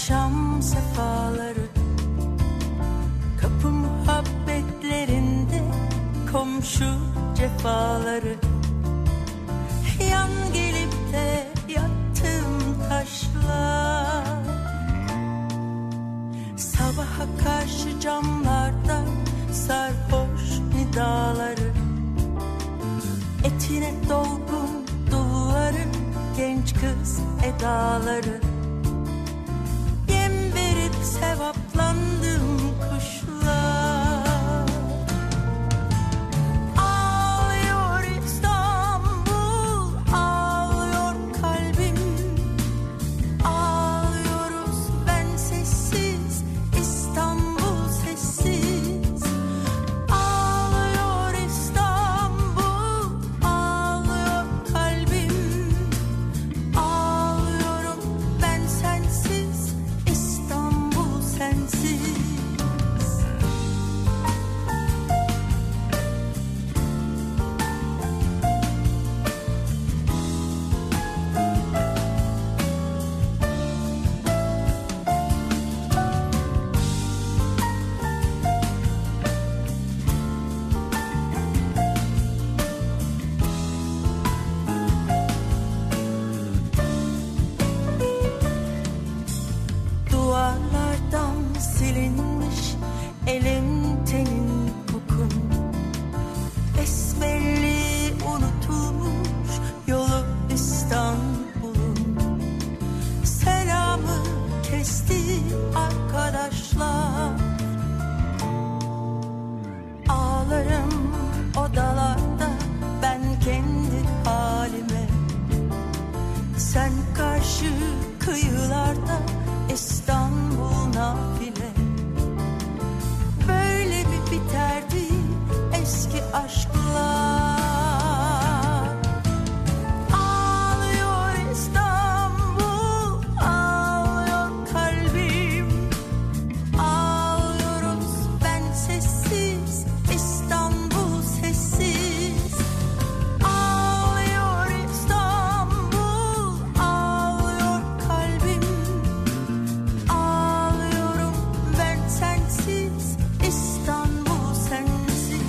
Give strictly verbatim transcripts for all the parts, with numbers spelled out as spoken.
akşam sefaları, kapı muhabbetlerinde komşu cefaları, yan gelip de yattığım taşlar, sabaha karşı camlarda sarhoş nidaları, etine dolgun dulları, genç kız edaları, yem verip sevaplandım kuşlar. Ağlıyor İstanbul, ağlıyor kalbim, ağlıyoruz ben sessiz, İstanbul sessiz. Ağlıyor İstanbul, ağlıyor kalbim, ağlıyorum ben sensiz, İstanbul sensiz. Duvarlardan silinmiş elin tenin kokun, besbelli unutulmuş yolu İstanbul'un. Selamı kesti arkadaşlar, ağlarım odalarda ben kendi halime. Sen karşı kıyılarda İstanbul nafile. Böyle mi biterdi eski aşklar? Ağlıyor İstanbul, ağlıyor kalbim, ağlıyoruz ben sessiz, İstanbul sessiz. Ağlıyor İstanbul, ağlıyor kalbim, ağlıyorum ben sensiz, İstanbul sensiz.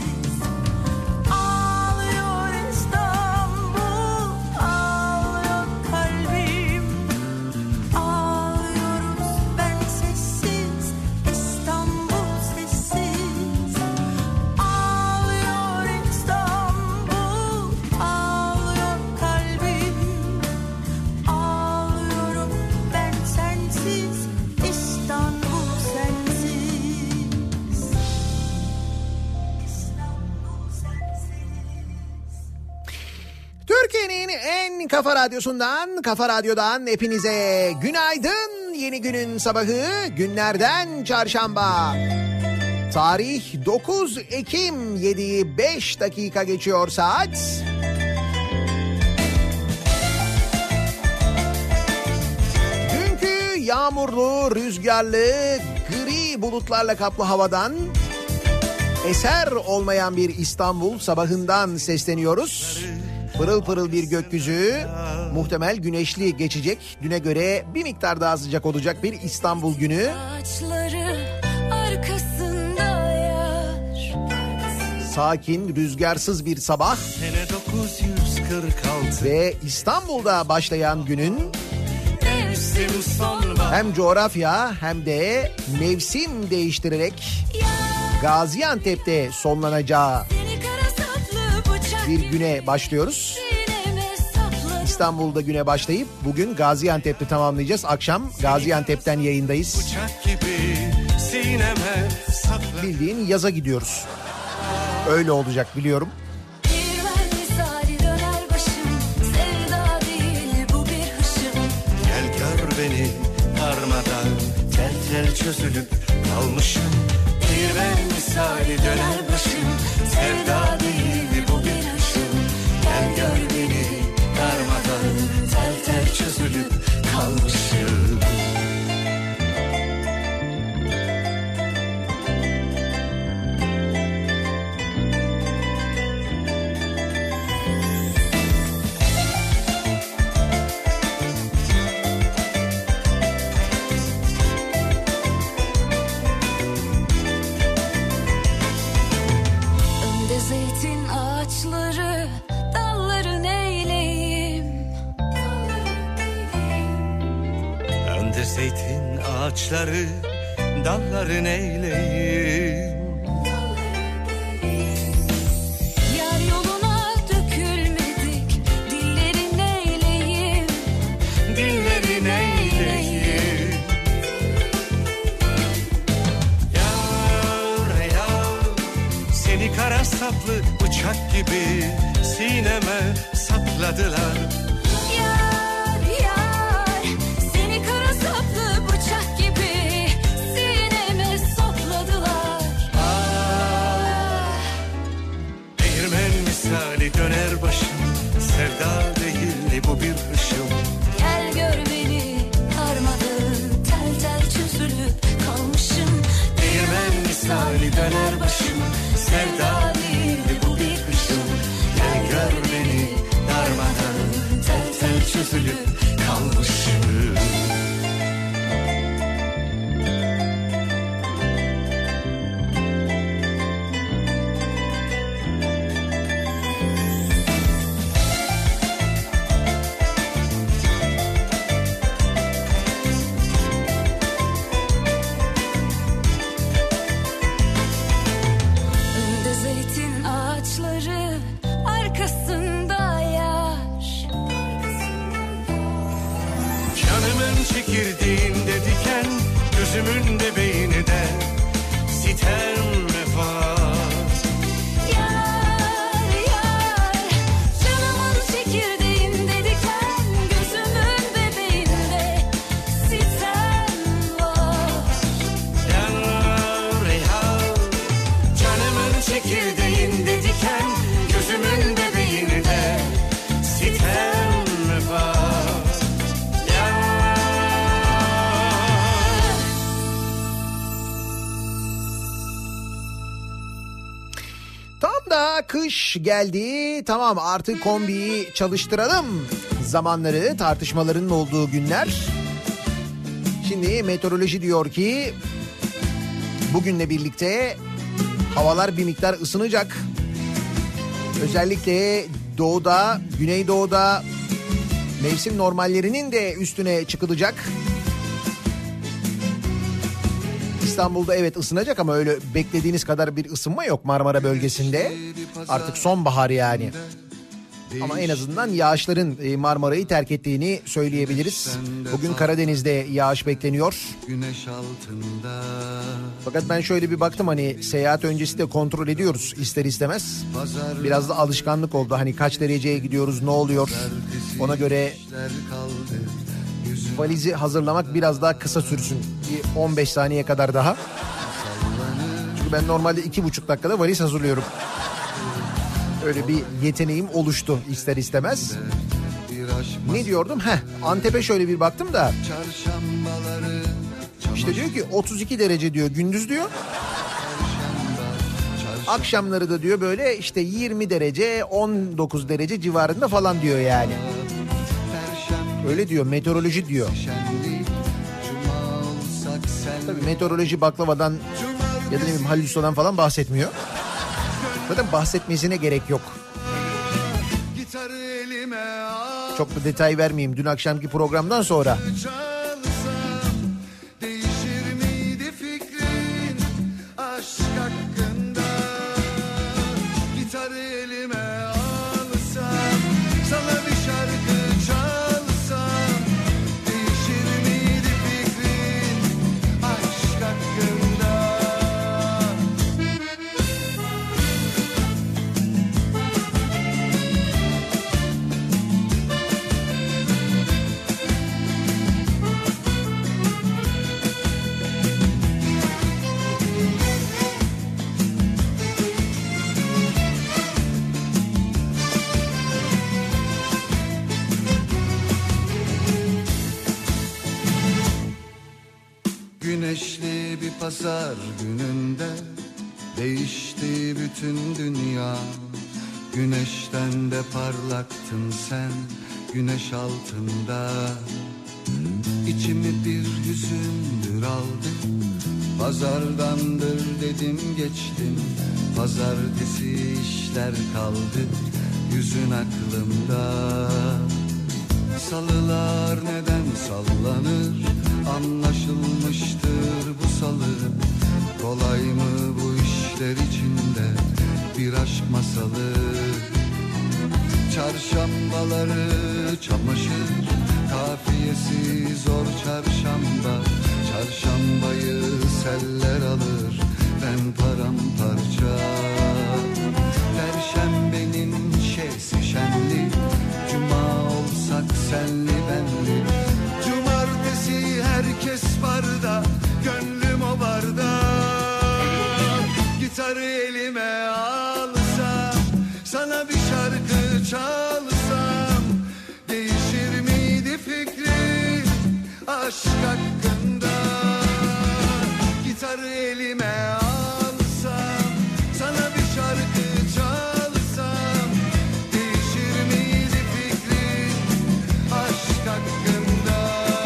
Ağlıyor İstanbul, ağlıyor kalbim, ağlıyoruz ben sessiz, İstanbul sessiz. Ağlıyor İstanbul, ağlıyor kalbim, ağlıyorum ben sensiz, İstanbul sensiz. İstanbul sensiz. Türkiye'nin en kafa radyosundan, Kafa Radyo'dan hepinize günaydın. Yeni günün sabahı, günlerden çarşamba. Tarih dokuz Ekim, yediyi beş dakika geçiyor saat. Dünkü yağmurlu, rüzgarlı, gri bulutlarla kaplı havadan, eser olmayan bir İstanbul sabahından sesleniyoruz. Pırıl pırıl bir gökyüzü, muhtemel güneşli geçecek. Düne göre bir miktar daha sıcak olacak bir İstanbul günü. Ağaçları arkasında yar. Sakin, rüzgarsız bir sabah Sene dokuz yüz kırk altı. ve İstanbul'da başlayan günün Mevsim sonbahar. hem coğrafya hem de mevsim değiştirerek Gaziantep'te sonlanacağı Seni kara saplı bıçak bir gibi güne başlıyoruz. sineme sapladım. İstanbul'da güne başlayıp bugün Gaziantep'te tamamlayacağız. Akşam Gaziantep'ten yayındayız. Bıçak gibi sineme sakladım. Bildiğin yaza gidiyoruz. Öyle olacak biliyorum. Bir ver misali döner başım, sevda değil bu bir hışım. Gel gör beni darmadan, tel tel çözülüp kalmışım. Bir ben misali döner başım, sevda değil bu bir hışım. Gel gör beni darmadan, tel tel çözülüp kalmışım. zeytin ağaçları dalları neyleyim? Yar yoluna dökülmedik, dilleri neyleyim? Dilleri neyleyim? Yar yar, seni kara saplı bıçak gibi sineme sapladılar. Yar yar, seni kara saplı bıçak gibi sineme sapladılar. Ah, değirmen misali döner başım, sevda değil bu bir hışım. Gel gör beni harmanın, tel tel çözülüp kalmışım. Değirmen misali döner başım, sevda değil bu bir hışım. Gel gör beni darmadan, tel tel çözülüp kalmışım. Önde zeytin ağaçları, arkasında yaş. Canımın çekirdeğinde diken, gözümün bebeğini de sitem var. Yar yar, canımın çekirdeğinde diken, gözümün bebeğinde sitem var. Yar yar, canımın çekirdeğinde diken, gözümün bebeğini de sitem var. Yar. Tam da kış geldi. Tamam, artık kombiyi çalıştıralım zamanları, tartışmaların olduğu günler. Şimdi meteoroloji diyor ki bugünle birlikte havalar bir miktar ısınacak. Özellikle doğuda, güneydoğuda mevsim normallerinin de üstüne çıkılacak. İstanbul'da evet ısınacak ama öyle beklediğiniz kadar bir ısınma yok Marmara bölgesinde. Artık sonbahar yani. Ama en azından yağışların e, Marmara'yı terk ettiğini söyleyebiliriz. Bugün Karadeniz'de yağış bekleniyor. Güneş altında. Fakat ben şöyle bir baktım, hani seyahat öncesi de kontrol ediyoruz ister istemez. Biraz da alışkanlık oldu. Hani kaç dereceye gidiyoruz, ne oluyor? Ona göre valizi hazırlamak biraz daha kısa sürsün. Bir on beş saniye kadar daha. Çünkü ben normalde iki buçuk dakikada valiz hazırlıyorum. Öyle bir yeteneğim oluştu ister istemez. Ne diyordum? Heh, Antep'e şöyle bir baktım da. İşte diyor ki otuz iki derece diyor gündüz diyor. Akşamları da diyor böyle işte yirmi derece, on dokuz derece civarında falan diyor yani. Öyle diyor, meteoroloji diyor. Tabii meteoroloji baklavadan ya da ne bileyim halüsinadan falan bahsetmiyor. Zaten bahsetmesine gerek yok. Çok da detay vermeyeyim dün akşamki programdan sonra. Güneşli bir pazar gününde değişti bütün dünya. Güneşten de parlaktın sen, güneş altında. İçimi bir hüzündür aldı, pazardandır dedim geçtim. Pazartesi işler kaldı, yüzün aklımda. Salılar neden sallanır, anlaşılmıştır bu salı. Kolay mı bu işler içinde bir aşk masalı. Çarşambaları çamaşır, kafiyesi zor çarşamba. Çarşambayı seller alır, ben paramparça. Perşembenin şeysi şenli, cuma olsak senli benli. Cumartesi herkes barda, gönlüm o barda. Gitarı elime alsam, sana bir şarkı çalsam, değişir miydi fikrin aşk hakkında? Gitarı elime alsam, sana bir şarkı çalsam, değişir miydi fikrin aşk hakkında?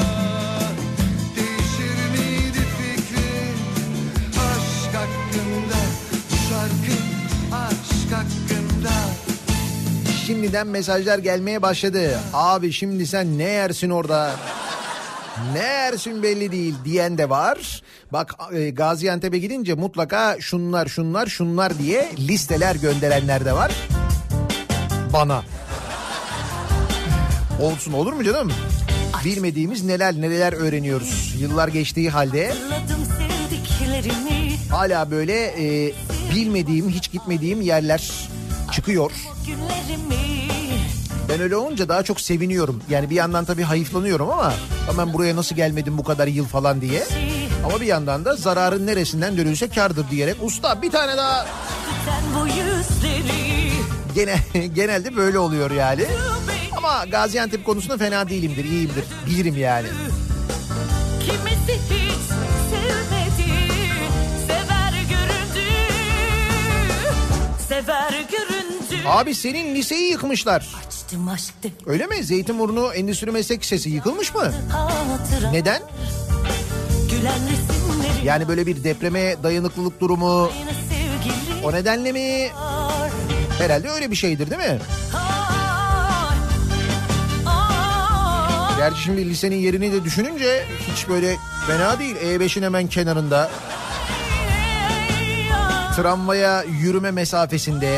Değişir miydi fikrin aşk hakkında? Bu şarkı aşk hakkında. Şimdiden mesajlar gelmeye başladı. Abi şimdi sen ne yersin orada? Ne yersin belli değil diyen de var. Bak e, Gaziantep'e gidince mutlaka şunlar şunlar şunlar diye listeler gönderenler de var. Bana. Olsun, olur mu canım? Bilmediğimiz neler neler öğreniyoruz. Yıllar geçtiği halde hala böyle e, bilmediğim, hiç gitmediğim yerler çıkıyor. Ben öyle olunca daha çok seviniyorum. Yani bir yandan tabii hayıflanıyorum ama ben buraya nasıl gelmedim bu kadar yıl falan diye. Ama bir yandan da zararın neresinden dönülse kârdır diyerek usta bir tane daha. Gene, genelde böyle oluyor yani. Ama Gaziantep konusunda fena değilimdir, iyiyimdir. Bilirim yani. Kimisi hiç sevmedi, sever göründü, sever göründü. Abi senin liseyi yıkmışlar. Açtım açtım. Öyle mi? Zeytinburnu Endüstri Meslek Lisesi yıkılmış mı? Neden? Yani böyle bir depreme dayanıklılık durumu, o nedenle mi? Herhalde öyle bir şeydir değil mi? Gerçi şimdi lisenin yerini de düşününce hiç böyle fena değil. E beşin hemen kenarında. Tramvaya yürüme mesafesinde.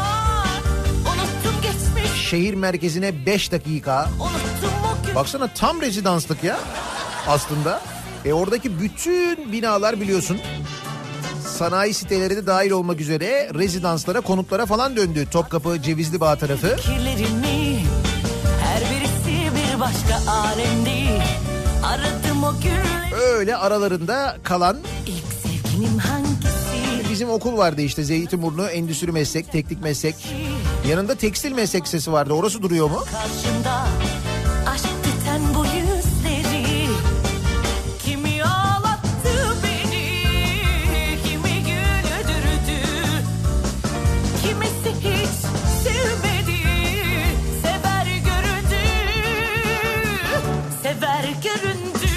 Şehir merkezine beş dakika. Baksana tam rezidanslık ya aslında. E oradaki bütün binalar biliyorsun sanayi siteleri de dahil olmak üzere rezidanslara, konutlara falan döndü. Topkapı, Cevizlibağ tarafı. Her birisi bir başka alemdi. Aradım o günleri. Öyle aralarında kalan İlk sevgilim hangisi? bizim okul vardı işte, Zeytinburnu Endüstri Meslek, Teknik Meslek. Yanında Tekstil Meslek Lisesi vardı. Orası duruyor mu? Karşımda aşk tüten bu yüzleri. Kimi ağlattı beni, kimi güldürdü. Kimisi hiç sevmedi, sever göründü, sever göründü.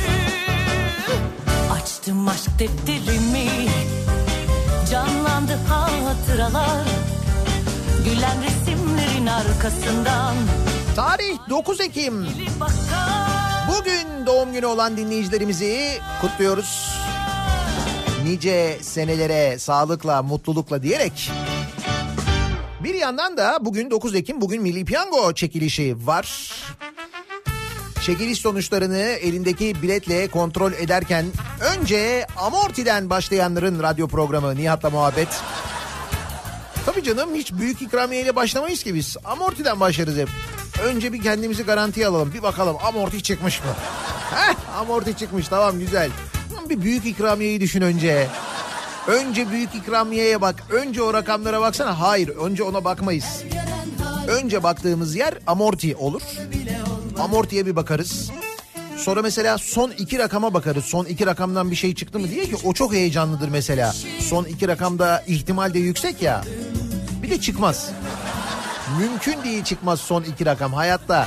Açtım aşk defterimi, canlandı hatıralar. Gülen resimlerin arkasından. Tarih dokuz Ekim. Bugün doğum günü olan dinleyicilerimizi kutluyoruz. Nice senelere sağlıkla, mutlulukla diyerek. Bir yandan da bugün dokuz Ekim, bugün Milli Piyango çekilişi var. Çekiliş sonuçlarını elindeki biletle kontrol ederken önce amortiden başlayanların radyo programı Nihat'la Muhabbet. Tabii canım, hiç büyük ikramiyeyle başlamayız ki biz. Amortiden başlarız hep. Önce bir kendimizi garantiye alalım. Bir bakalım amorti çıkmış mı? Heh, amorti çıkmış, tamam, güzel. Bir büyük ikramiyeyi düşün önce. Önce büyük ikramiyeye bak. Önce o rakamlara baksana. Hayır, önce ona bakmayız. Önce baktığımız yer amorti olur. Amortiye bir bakarız. Sonra mesela son iki rakama bakarız. Son iki rakamdan bir şey çıktı mı diye ki o çok heyecanlıdır mesela. Son iki rakamda ihtimal de yüksek ya. Bir de çıkmaz. Mümkün değil çıkmaz son iki rakam hayatta.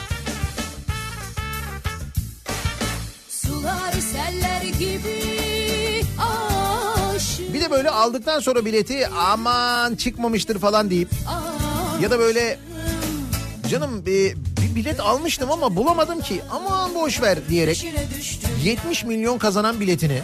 Sular seller gibi aşık. Bir de böyle aldıktan sonra bileti aman çıkmamıştır falan deyip ya da böyle canım bir, bir bilet almıştım ama bulamadım ki. Aman boş ver diyerek yetmiş milyon kazanan biletini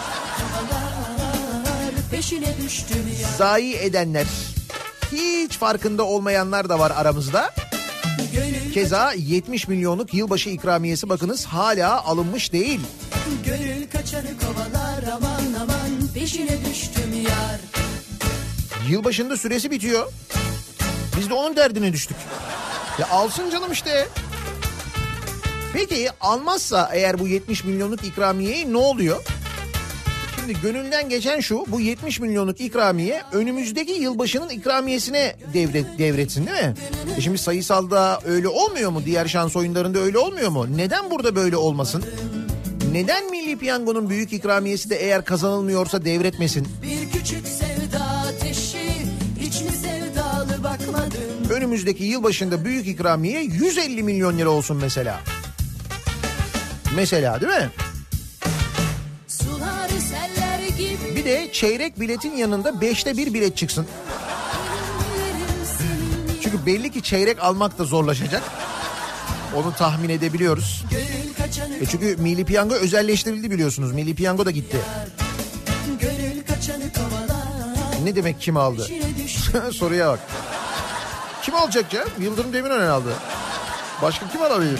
zayi edenler, hiç farkında olmayanlar da var aramızda. Keza yetmiş milyonluk yılbaşı ikramiyesi bakınız hala alınmış değil. Gönül kaçanı kovalar aman aman peşine düştüm yar. Yılbaşında süresi bitiyor. Biz de onun derdine düştük. Ya alsın canım işte. Peki almazsa eğer bu yetmiş milyonluk ikramiyeyi ne oluyor? Şimdi gönülden geçen şu, bu yetmiş milyonluk ikramiye önümüzdeki yılbaşının ikramiyesine devret, devretsin değil mi? E şimdi sayısalda öyle olmuyor mu? Diğer şans oyunlarında öyle olmuyor mu? Neden burada böyle olmasın? Neden Milli Piyango'nun büyük ikramiyesi de eğer kazanılmıyorsa devretmesin? Bir küçük sevda ateşi, hiç mi sevdalı bakmadın? Önümüzdeki yılbaşında büyük ikramiye yüz elli milyon lira olsun mesela. Mesela değil mi? Sular seller gibi. Bir de çeyrek biletin yanında beşte bir bilet çıksın. Çünkü belli ki çeyrek almak da zorlaşacak. Onu tahmin edebiliyoruz. E çünkü Milli Piyango özelleştirildi biliyorsunuz. Milli Piyango da gitti. Ne demek kim aldı? Soruya bak. Kim alacak ya? Yıldırım Demirören aldı. Başka kim alabilir?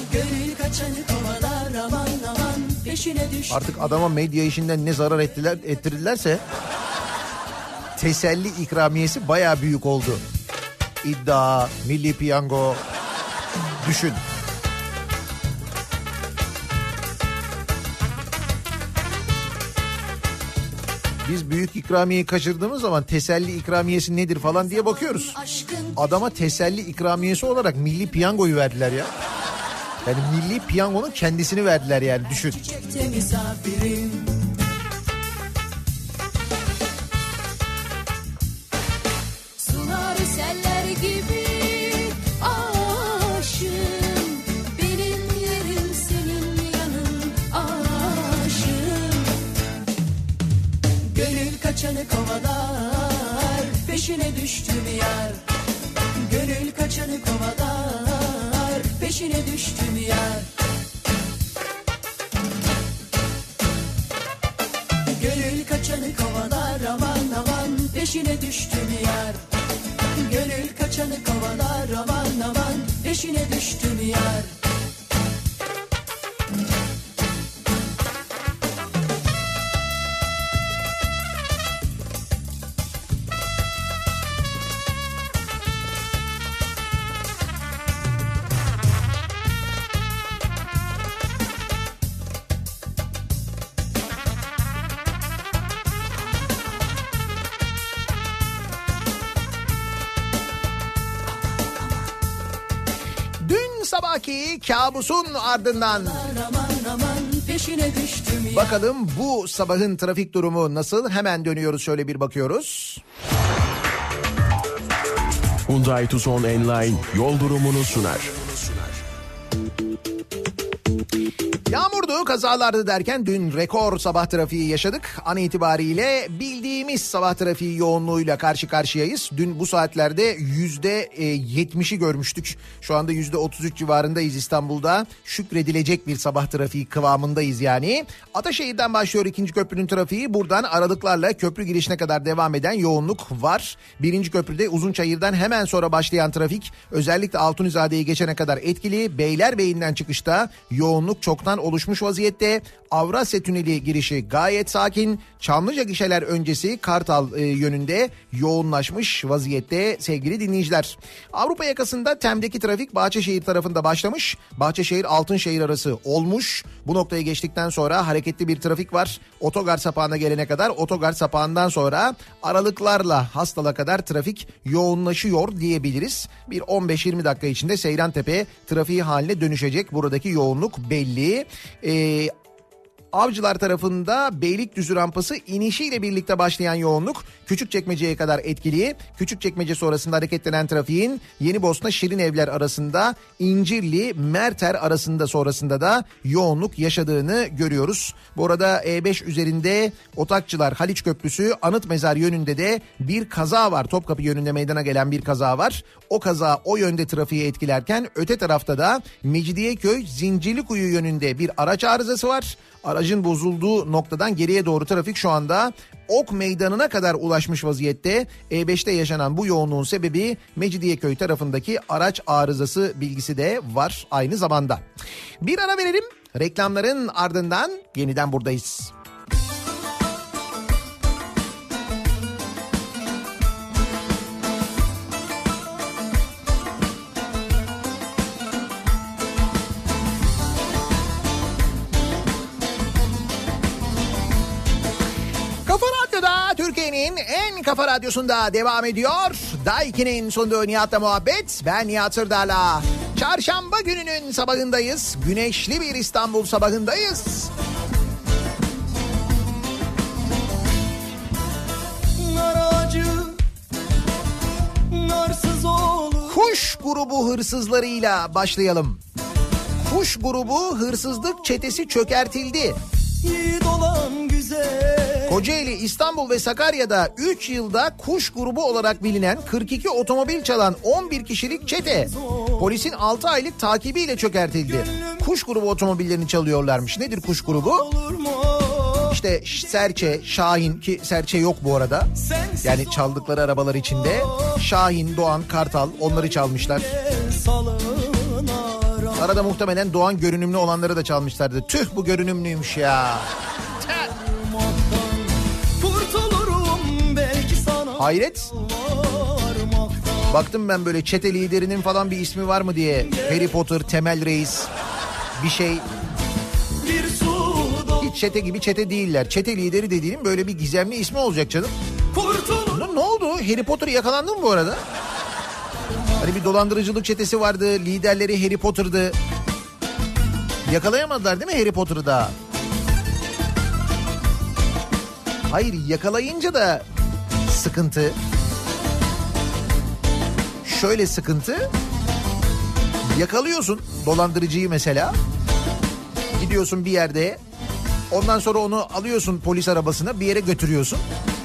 Artık adama medya işinden ne zarar ettiler, ettirdilerse teselli ikramiyesi bayağı büyük oldu. İddia, Milli Piyango, düşün. Biz büyük ikramiyeyi kaçırdığımız zaman teselli ikramiyesi nedir falan diye bakıyoruz. Adama teselli ikramiyesi olarak Milli Piyango'yu verdiler ya. Yani Milli Piyango'nun kendisini verdiler yani, düşün. Sular seller gibi aşığım, benim yerim senin yanın aşığım. Gönül kaçanı kovalar, peşine düştüm yar. Gönül kaçanı kovalar, peşine düştüm yar. Gönül kaçanı kovalar aman aman peşine düştüm yar. Gönül kaçanı kovalar aman aman peşine düştüm yar. Sabahki kabusun ardından Aman aman peşine düştüm yar. bakalım bu sabahın trafik durumu nasıl? Hemen dönüyoruz, şöyle bir bakıyoruz. Hyundai Tucson Enline yol durumunu sunar. Yağmurdu, kazalardı derken dün rekor sabah trafiği yaşadık. An itibariyle bildiğimiz sabah trafiği yoğunluğuyla karşı karşıyayız. Dün bu saatlerde yüzde yetmişi görmüştük. Şu anda yüzde otuz üç civarındayız İstanbul'da. Şükredilecek bir sabah trafiği kıvamındayız yani. Ataşehir'den başlıyor ikinci köprünün trafiği. Buradan aralıklarla köprü girişine kadar devam eden yoğunluk var. Birinci köprüde Uzunçayır'dan hemen sonra başlayan trafik özellikle Altunizade'yi geçene kadar etkili. Beylerbeyi'nden çıkışta yoğunluk çoktan oluşmuş vaziyette. Avrasya Tüneli girişi gayet sakin. Çamlıca gişeler öncesi Kartal e, yönünde yoğunlaşmış vaziyette sevgili dinleyiciler. Avrupa yakasında Tem'deki trafik Bahçeşehir tarafında başlamış. Bahçeşehir-Altınşehir arası olmuş. Bu noktaya geçtikten sonra hareketli bir trafik var. Otogar sapağına gelene kadar, otogar sapağından sonra aralıklarla Hastal'a kadar trafik yoğunlaşıyor diyebiliriz. Bir on beş yirmi dakika içinde Seyrantepe trafiği haline dönüşecek. Buradaki yoğunluk belli. Ee, Avcılar tarafında Beylikdüzü rampası inişiyle birlikte başlayan yoğunluk Küçükçekmece'ye kadar etkili. Küçükçekmece sonrasında hareketlenen trafiğin Yenibosna Şirinevler arasında, İncirli Merter arasında sonrasında da yoğunluk yaşadığını görüyoruz. Bu arada E beş üzerinde Otakçılar Haliç Köprüsü Anıt Mezar yönünde de bir kaza var. Topkapı yönünde meydana gelen bir kaza var. O kaza o yönde trafiği etkilerken öte tarafta da Mecidiyeköy Zincirlikuyu yönünde bir araç arızası var. Aracın bozulduğu noktadan geriye doğru trafik şu anda Ok Meydanı'na kadar ulaşmış vaziyette. E beşte yaşanan bu yoğunluğun sebebi Mecidiyeköy tarafındaki araç arızası bilgisi de var aynı zamanda. Bir ara verelim. Reklamların ardından yeniden buradayız. Türkiye'nin en kafa radyosunda devam ediyor. Daiki'nin sunduğu Nihat'la muhabbet. Ben Nihat Sırdar'la. Çarşamba gününün sabahındayız. Güneşli bir İstanbul sabahındayız. Naracı, narsız olur. Kuş grubu hırsızlarıyla başlayalım. Kuş grubu hırsızlık çetesi çökertildi. Yiğit olan güzel. Kocaeli, İstanbul ve Sakarya'da üç yılda kuş grubu olarak bilinen kırk iki otomobil çalan on bir kişilik çete polisin altı aylık takibiyle çökertildi. Kuş grubu otomobillerini çalıyorlarmış. Nedir kuş grubu? İşte Serçe, Şahin, ki Serçe yok bu arada. Yani çaldıkları arabalar içinde Şahin, Doğan, Kartal, onları çalmışlar. Arada muhtemelen Doğan görünümlü olanları da çalmışlardı. Tüh, bu görünümlüymüş ya. Hayret. Baktım ben böyle çete liderinin falan bir ismi var mı diye. Harry Potter, Temel Reis, bir şey. Hiç çete gibi çete değiller. Çete lideri dediğim böyle bir gizemli ismi olacak canım. Ne, ne oldu? Harry Potter yakalandı mı bu arada? Hani bir dolandırıcılık çetesi vardı. Liderleri Harry Potter'dı. Yakalayamadılar değil mi Harry Potter'ı da? Hayır, yakalayınca da sıkıntı. Şöyle sıkıntı. Yakalıyorsun dolandırıcıyı mesela. Gidiyorsun bir yerde. Ondan sonra onu alıyorsun polis arabasına, bir yere götürüyorsun.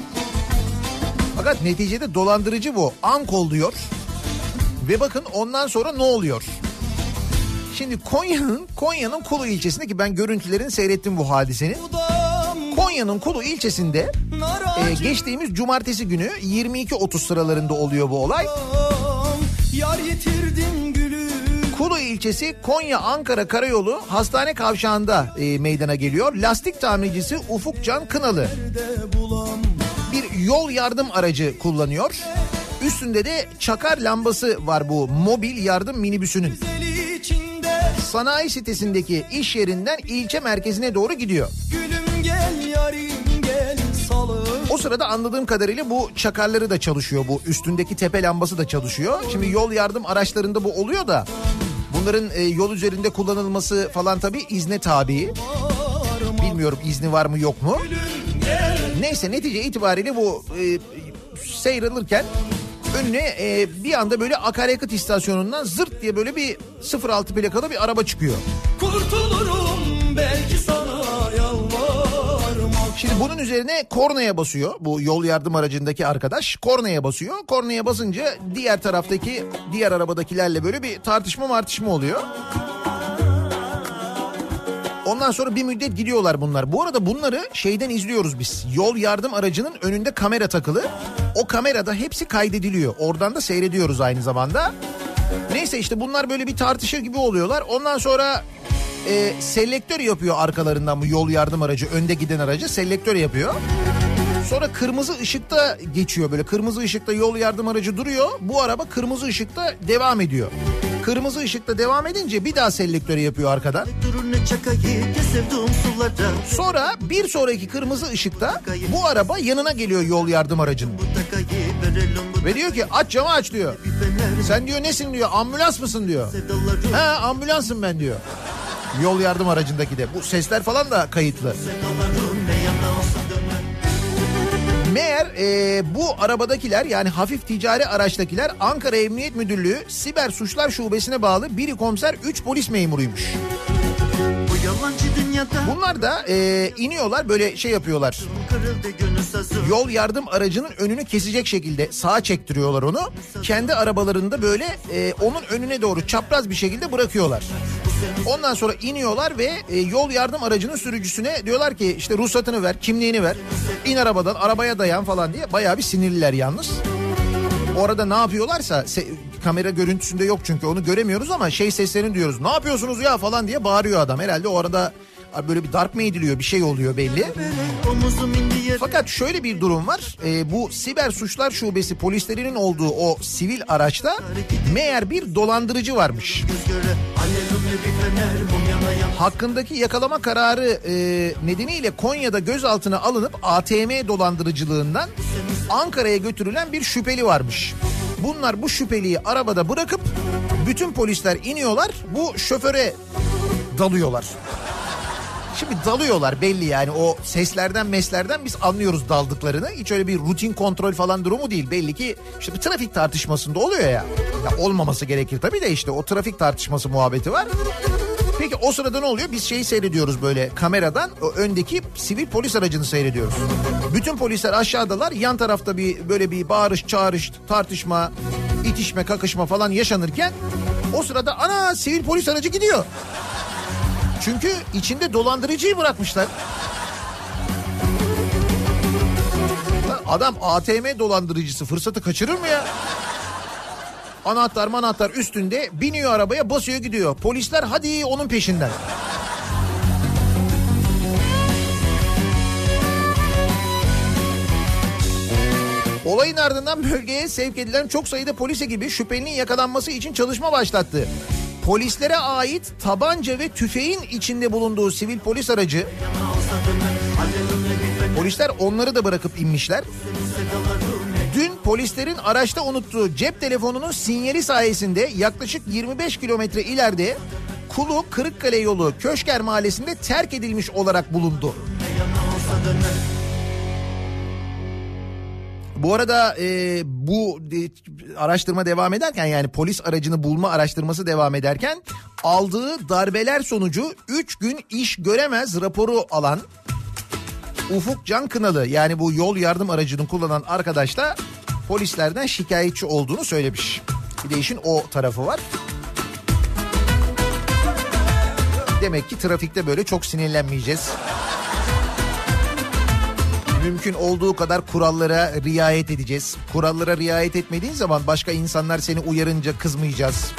Fakat neticede dolandırıcı bu. Ankol diyor. Ve bakın ondan sonra ne oluyor? Şimdi Konya'nın Konya'nın Kulu ilçesinde, ki ben görüntülerini seyrettim bu hadisenin. Konya'nın Kulu ilçesinde e, geçtiğimiz cumartesi günü yirmi iki otuz sıralarında oluyor bu olay. Kulu ilçesi Konya-Ankara Karayolu Hastane Kavşağı'nda e, meydana geliyor. Lastik tamircisi Ufukcan Kınalı bir yol yardım aracı kullanıyor. Üstünde de çakar lambası var bu mobil yardım minibüsünün. Sanayi sitesindeki iş yerinden ilçe merkezine doğru gidiyor. Gel, yarim, gel, o sırada anladığım kadarıyla bu çakarları da çalışıyor. Bu üstündeki tepe lambası da çalışıyor. Şimdi yol yardım araçlarında bu oluyor da bunların e, yol üzerinde kullanılması falan tabii izne tabi. Bilmiyorum izni var mı yok mu? Neyse, netice itibariyle bu e, seyrelirken önüne e, bir anda böyle akaryakıt istasyonundan zırt diye böyle bir sıfır altı plakalı bir araba çıkıyor. Kurtulurum belki sana yalvarma. Şimdi bunun üzerine kornaya basıyor bu yol yardım aracındaki arkadaş. Kornaya basıyor. Kornaya basınca diğer taraftaki diğer arabadakilerle böyle bir tartışma martışma oluyor. Ondan sonra bir müddet gidiyorlar bunlar. Bu arada bunları şeyden izliyoruz biz. Yol yardım aracının önünde kamera takılı. O kamerada hepsi kaydediliyor. Oradan da seyrediyoruz aynı zamanda. Neyse işte bunlar böyle bir tartışır gibi oluyorlar. Ondan sonra e, selektör yapıyor arkalarından bu yol yardım aracı. Önde giden aracı selektör yapıyor. Sonra kırmızı ışıkta geçiyor böyle. Kırmızı ışıkta yol yardım aracı duruyor. Bu araba kırmızı ışıkta devam ediyor. Kırmızı ışıkta devam edince bir daha selektörü yapıyor arkadan. Sonra bir sonraki kırmızı ışıkta bu araba yanına geliyor yol yardım aracının. Ve diyor ki aç camı aç diyor. Sen diyor nesin diyor, ambulans mısın diyor. He ambulansım ben diyor. Yol yardım aracındaki de. Bu sesler falan da kayıtlı. Meğer e, bu arabadakiler, yani hafif ticari araçtakiler Ankara Emniyet Müdürlüğü Siber Suçlar Şubesi'ne bağlı biri komiser üç polis memuruymuş. Bunlar da e, iniyorlar, böyle şey yapıyorlar. Yol yardım aracının önünü kesecek şekilde sağa çektiriyorlar onu. Kendi arabalarında böyle e, onun önüne doğru çapraz bir şekilde bırakıyorlar. Ondan sonra iniyorlar ve e, yol yardım aracının sürücüsüne diyorlar ki işte ruhsatını ver, kimliğini ver, in arabadan, arabaya dayan falan diye. Bayağı bir sinirliler yalnız. Orada ne yapıyorlarsa se- kamera görüntüsünde yok çünkü onu göremiyoruz ama şey seslerini duyuyoruz. Ne yapıyorsunuz ya falan diye bağırıyor adam. Herhalde o arada böyle bir darp mı ediliyor, bir şey oluyor belli. Fakat şöyle bir durum var. E, bu Siber Suçlar Şubesi polislerinin olduğu o sivil araçta meğer bir dolandırıcı varmış. Hakkındaki yakalama kararı e, nedeniyle Konya'da gözaltına alınıp A T M dolandırıcılığından Ankara'ya götürülen bir şüpheli varmış. Bunlar bu şüpheliyi arabada bırakıp bütün polisler iniyorlar, bu şoföre dalıyorlar. Şimdi dalıyorlar belli, yani o seslerden meslerden biz anlıyoruz daldıklarını. Hiç öyle bir rutin kontrol falan durumu değil. Belli ki işte bir trafik tartışmasında oluyor ya. Ya olmaması gerekir tabii de işte o trafik tartışması muhabbeti var. Peki o sırada ne oluyor? Biz şeyi seyrediyoruz böyle kameradan, o öndeki sivil polis aracını seyrediyoruz. Bütün polisler aşağıdalar, yan tarafta bir böyle bir bağırış çağırış, tartışma, itişme kakışma falan yaşanırken o sırada ana sivil polis aracı gidiyor. Çünkü içinde dolandırıcıyı bırakmışlar. Adam A T M dolandırıcısı fırsatı kaçırır mı ya? Anahtar manahtar üstünde, biniyor arabaya, basıyor gidiyor. Polisler hadi onun peşinden. Olayın ardından bölgeye sevk edilen çok sayıda polis ekibi şüphelinin yakalanması için çalışma başlattı. Polislere ait tabanca ve tüfeğin içinde bulunduğu sivil polis aracı, polisler onları da bırakıp inmişler. Dün polislerin araçta unuttuğu cep telefonunun sinyali sayesinde yaklaşık yirmi beş kilometre ileride Kulu Kırıkkale yolu Köşker Mahallesi'nde terk edilmiş olarak bulundu. Bu arada e, bu e, araştırma devam ederken, yani polis aracını bulma araştırması devam ederken aldığı darbeler sonucu üç gün iş göremez raporu alan Ufuk Can Kınalı, yani bu yol yardım aracını kullanan arkadaş da polislerden şikayetçi olduğunu söylemiş. Bir de işin o tarafı var. Demek ki trafikte böyle çok sinirlenmeyeceğiz. Mümkün olduğu kadar kurallara riayet edeceğiz. Kurallara riayet etmediğin zaman başka insanlar seni uyarınca kızmayacağız.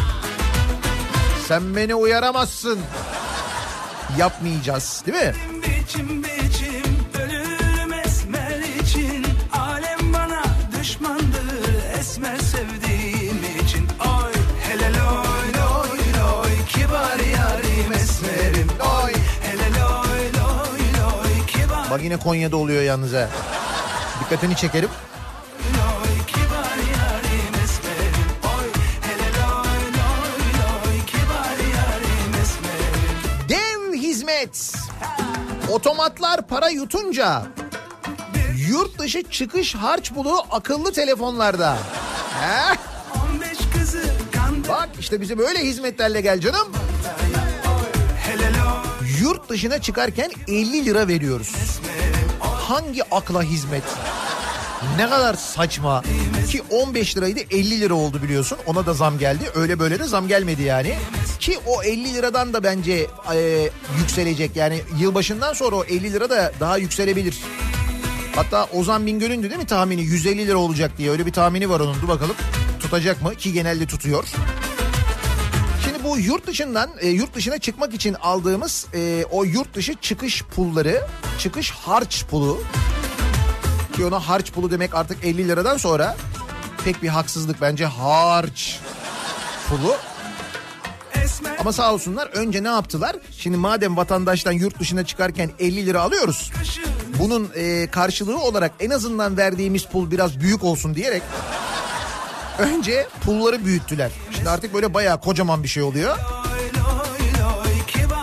Sen beni uyaramazsın. Yapmayacağız, değil mi? Biçim biçim ölürüm esmer için. Alem bana düşmandır esmer sevdiğim için. Oy hele loy loy loy kibar yarim esmerim. Oy hele loy loy loy kibar. Bak yine Konya'da oluyor yalnız ha. Dikkatini çekerim. Loy kibar yarim esmerim. Oy hele loy loy loy kibar yarim esmerim. Dev hizmet. Otomatlar para yutunca yurt dışı çıkış harç buluğu akıllı telefonlarda. He? on beş kızı kandı. Bak işte bize böyle hizmetlerle gel canım. Hele loy. Yurt dışına çıkarken elli lira veriyoruz. Hangi akla hizmet? Ne kadar saçma. Ki on beş liraydı, elli lira oldu biliyorsun. Ona da zam geldi. Öyle böyle de zam gelmedi yani. Ki o elli liradan da bence e, yükselecek. Yani yılbaşından sonra o elli lira da daha yükselebilir. Hatta Ozan Bingöl'ündü değil mi tahmini? yüz elli lira olacak diye. Öyle bir tahmini var onun. Dur bakalım tutacak mı? Ki genelde tutuyor. Şimdi bu yurt dışından e, yurt dışına çıkmak için aldığımız e, o yurt dışı çıkış pulları, çıkış harç pulu, ki ona harç pulu demek artık elli liradan sonra pek bir haksızlık bence, harç pulu. Ama sağ olsunlar önce ne yaptılar? Şimdi madem vatandaştan yurt dışına çıkarken elli lira alıyoruz, bunun e, karşılığı olarak en azından verdiğimiz pul biraz büyük olsun diyerek önce pulları büyüttüler. Şimdi artık böyle bayağı kocaman bir şey oluyor.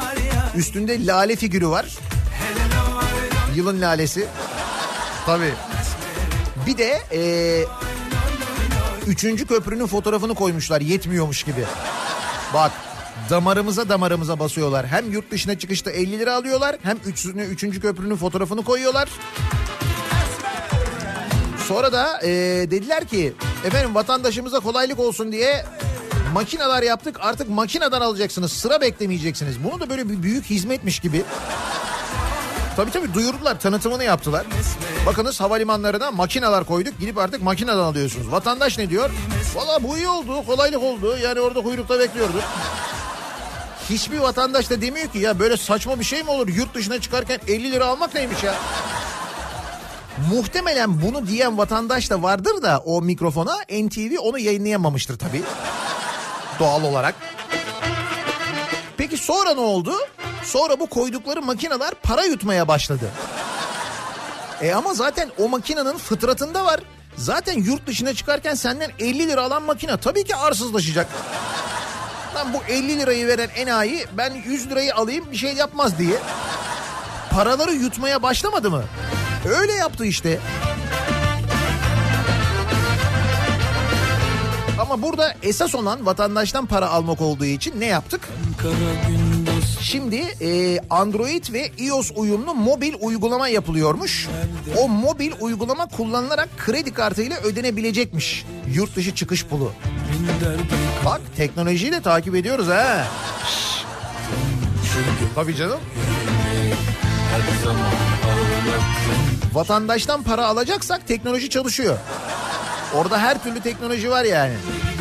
Üstünde lale figürü var. Yılın lalesi. Tabii. Bir de ee, üçüncü köprünün fotoğrafını koymuşlar yetmiyormuş gibi. Bak damarımıza damarımıza basıyorlar. Hem yurt dışına çıkışta elli lira alıyorlar, hem üçüncü, üçüncü köprünün fotoğrafını koyuyorlar. Sonra da ee, dediler ki efendim vatandaşımıza kolaylık olsun diye makineler yaptık, artık makineden alacaksınız, sıra beklemeyeceksiniz. Bunu da böyle bir büyük hizmetmiş gibi. Tabii tabii duyurdular, tanıtımını yaptılar. Bakınız havalimanlarına makineler koyduk, gidip artık makineden alıyorsunuz. Vatandaş ne diyor? Valla bu iyi oldu, kolaylık oldu, yani orada kuyrukta bekliyorduk. Hiçbir vatandaş da demiyor ki ya böyle saçma bir şey mi olur? Yurt dışına çıkarken elli lira almak neymiş ya? Muhtemelen bunu diyen vatandaş da vardır da o mikrofona, N T V onu yayınlayamamıştır tabii. Doğal olarak. Peki sonra ne oldu? Sonra bu koydukları makineler para yutmaya başladı. E ama zaten o makinenin fıtratında var. Zaten yurt dışına çıkarken senden elli lira alan makine tabii ki arsızlaşacak. Lan bu elli lirayı veren enayi ben yüz lirayı alayım bir şey yapmaz diye. Paraları yutmaya başlamadı mı? Öyle yaptı işte. Ama burada esas olan vatandaştan para almak olduğu için ne yaptık? Şimdi e, Android ve iOS uyumlu mobil uygulama yapılıyormuş. O mobil uygulama kullanılarak kredi kartıyla ödenebilecekmiş yurt dışı çıkış pulu. Bak teknolojiyi de takip ediyoruz ha. Tabii canım. Vatandaştan para alacaksak teknoloji çalışıyor. Orada her türlü teknoloji var yani.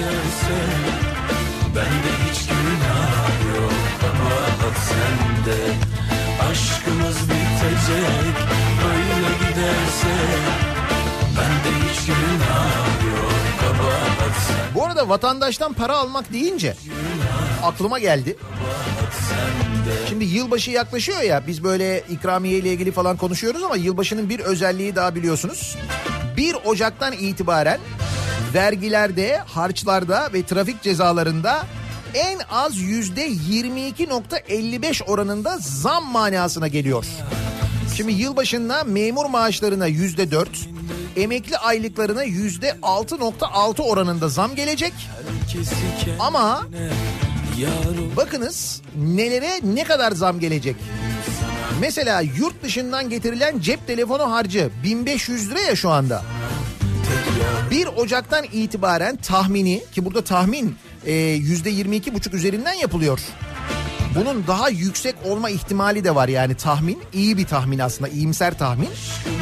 Bende hiç günah yok ama sende aşkımız bitecek böyle giderse. Bende hiç günah yok kabahat sende. Bu arada vatandaştan para almak deyince aklıma geldi. Şimdi yılbaşı yaklaşıyor ya, biz böyle ikramiye ile ilgili falan konuşuyoruz ama yılbaşının bir özelliği daha biliyorsunuz. bir Ocak'tan itibaren vergilerde, harçlarda ve trafik cezalarında en az yüzde yirmi iki nokta elli beş oranında zam manasına geliyor. Şimdi yılbaşında memur maaşlarına yüzde dört, emekli aylıklarına yüzde altı nokta altı oranında zam gelecek. Ama bakınız nelere ne kadar zam gelecek. Mesela yurt dışından getirilen cep telefonu harcı bin beş yüz lira ya şu anda. bir Ocak'tan itibaren tahmini, ki burada tahmin e, yüzde yirmi iki buçuk üzerinden yapılıyor. Bunun daha yüksek olma ihtimali de var, yani tahmin iyi bir tahmin, aslında iyimser tahmin.